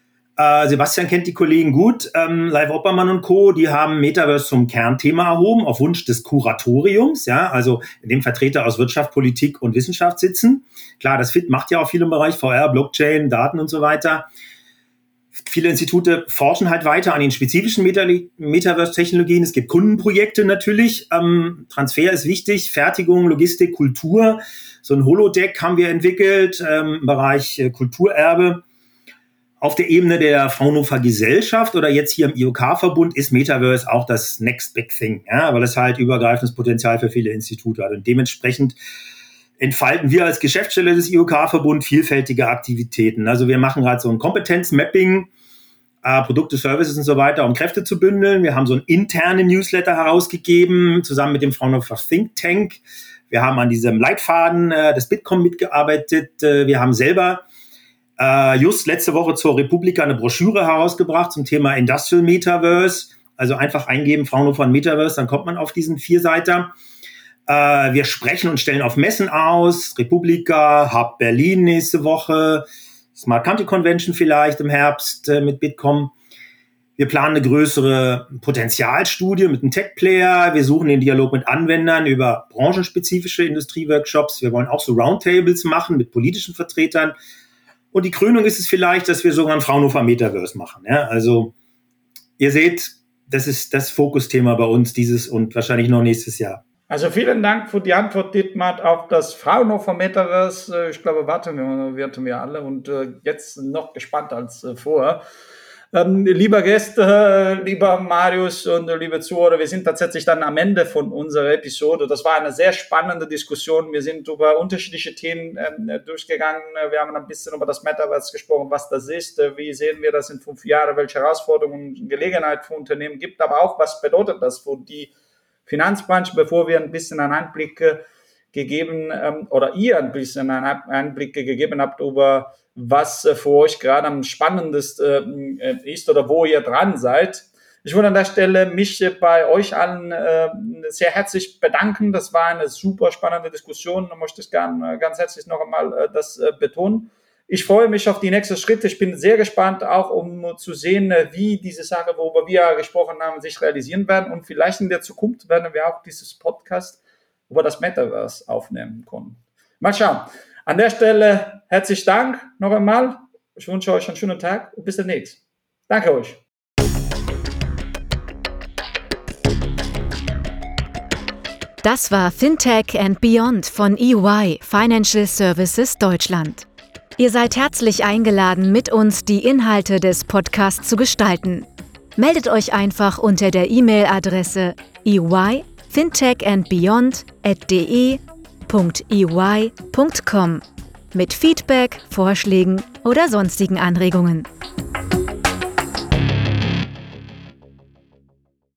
Äh, Sebastian kennt die Kollegen gut. Ähm, Live Oppermann und Co., die haben Metaverse zum Kernthema erhoben, auf Wunsch des Kuratoriums, ja, also in dem Vertreter aus Wirtschaft, Politik und Wissenschaft sitzen. Klar, das Fit macht ja auch viel im Bereich V R, Blockchain, Daten und so weiter. Viele Institute forschen halt weiter an den spezifischen Meta- Metaverse-Technologien. Es gibt Kundenprojekte natürlich. Ähm, Transfer ist wichtig, Fertigung, Logistik, Kultur. So ein Holodeck haben wir entwickelt ähm, im Bereich äh, Kulturerbe. auf der Ebene der Fraunhofer Gesellschaft oder jetzt hier im I O K-Verbund ist Metaverse auch das Next Big Thing, ja, weil es halt übergreifendes Potenzial für viele Institute hat. Und dementsprechend entfalten wir als Geschäftsstelle des I O K-Verbund vielfältige Aktivitäten. Also wir machen gerade so ein Kompetenzmapping, äh, Produkte, Services und so weiter, um Kräfte zu bündeln. Wir haben so einen internen Newsletter herausgegeben, zusammen mit dem Fraunhofer Think Tank. Wir haben an diesem Leitfaden äh, des Bitkom mitgearbeitet. Äh, wir haben selber äh, just letzte Woche zur Republika eine Broschüre herausgebracht zum Thema Industrial Metaverse. Also einfach eingeben Fraunhofer Metaverse, dann kommt man auf diesen Vierseiter. Äh, wir sprechen und stellen auf Messen aus. Republika, Hub Berlin nächste Woche, Smart County Convention vielleicht im Herbst äh, mit Bitkom. Wir planen eine größere Potenzialstudie mit einem Tech-Player. Wir suchen den Dialog mit Anwendern über branchenspezifische Industrieworkshops. Wir wollen auch so Roundtables machen mit politischen Vertretern. Und die Krönung ist es vielleicht, dass wir sogar ein Fraunhofer Metaverse machen. Ja, also ihr seht, das ist das Fokusthema bei uns dieses und wahrscheinlich noch nächstes Jahr. Also vielen Dank für die Antwort, Dietmar, auf das Fraunhofer Metaverse. Ich glaube, warten wir, warten wir alle und jetzt noch gespannter als vorher. Ähm, lieber Gäste, lieber Marius und liebe Zuhörer, wir sind tatsächlich dann am Ende von unserer Episode. Das war eine sehr spannende Diskussion. Wir sind über unterschiedliche Themen ähm, durchgegangen. Wir haben ein bisschen über das Metaverse gesprochen, was das ist, wie sehen wir das in fünf Jahren, welche Herausforderungen und Gelegenheit für Unternehmen gibt, aber auch, was bedeutet das für die Finanzbranche, bevor wir ein bisschen einen Einblick gegeben ähm, oder ihr ein bisschen einen Einblick gegeben habt über was äh, für euch gerade am spannendsten äh, ist oder wo ihr dran seid. Ich würde an der Stelle mich äh, bei euch allen äh, sehr herzlich bedanken. Das war eine super spannende Diskussion. Da möchte ich gerne äh, ganz herzlich noch einmal äh, das äh, betonen. Ich freue mich auf die nächsten Schritte. Ich bin sehr gespannt, auch um zu sehen, äh, wie diese Sache, worüber wir gesprochen haben, sich realisieren werden. Und vielleicht in der Zukunft werden wir auch dieses Podcast über das Metaverse aufnehmen können. Mal schauen. An der Stelle herzlichen Dank noch einmal. Ich wünsche euch einen schönen Tag und bis demnächst. Danke euch. Das war Fintech and Beyond von E Y Financial Services Deutschland. Ihr seid herzlich eingeladen, mit uns die Inhalte des Podcasts zu gestalten. Meldet euch einfach unter der E-Mail-Adresse e y fintech and beyond at d e punkt e y punkt com mit Feedback, Vorschlägen oder sonstigen Anregungen.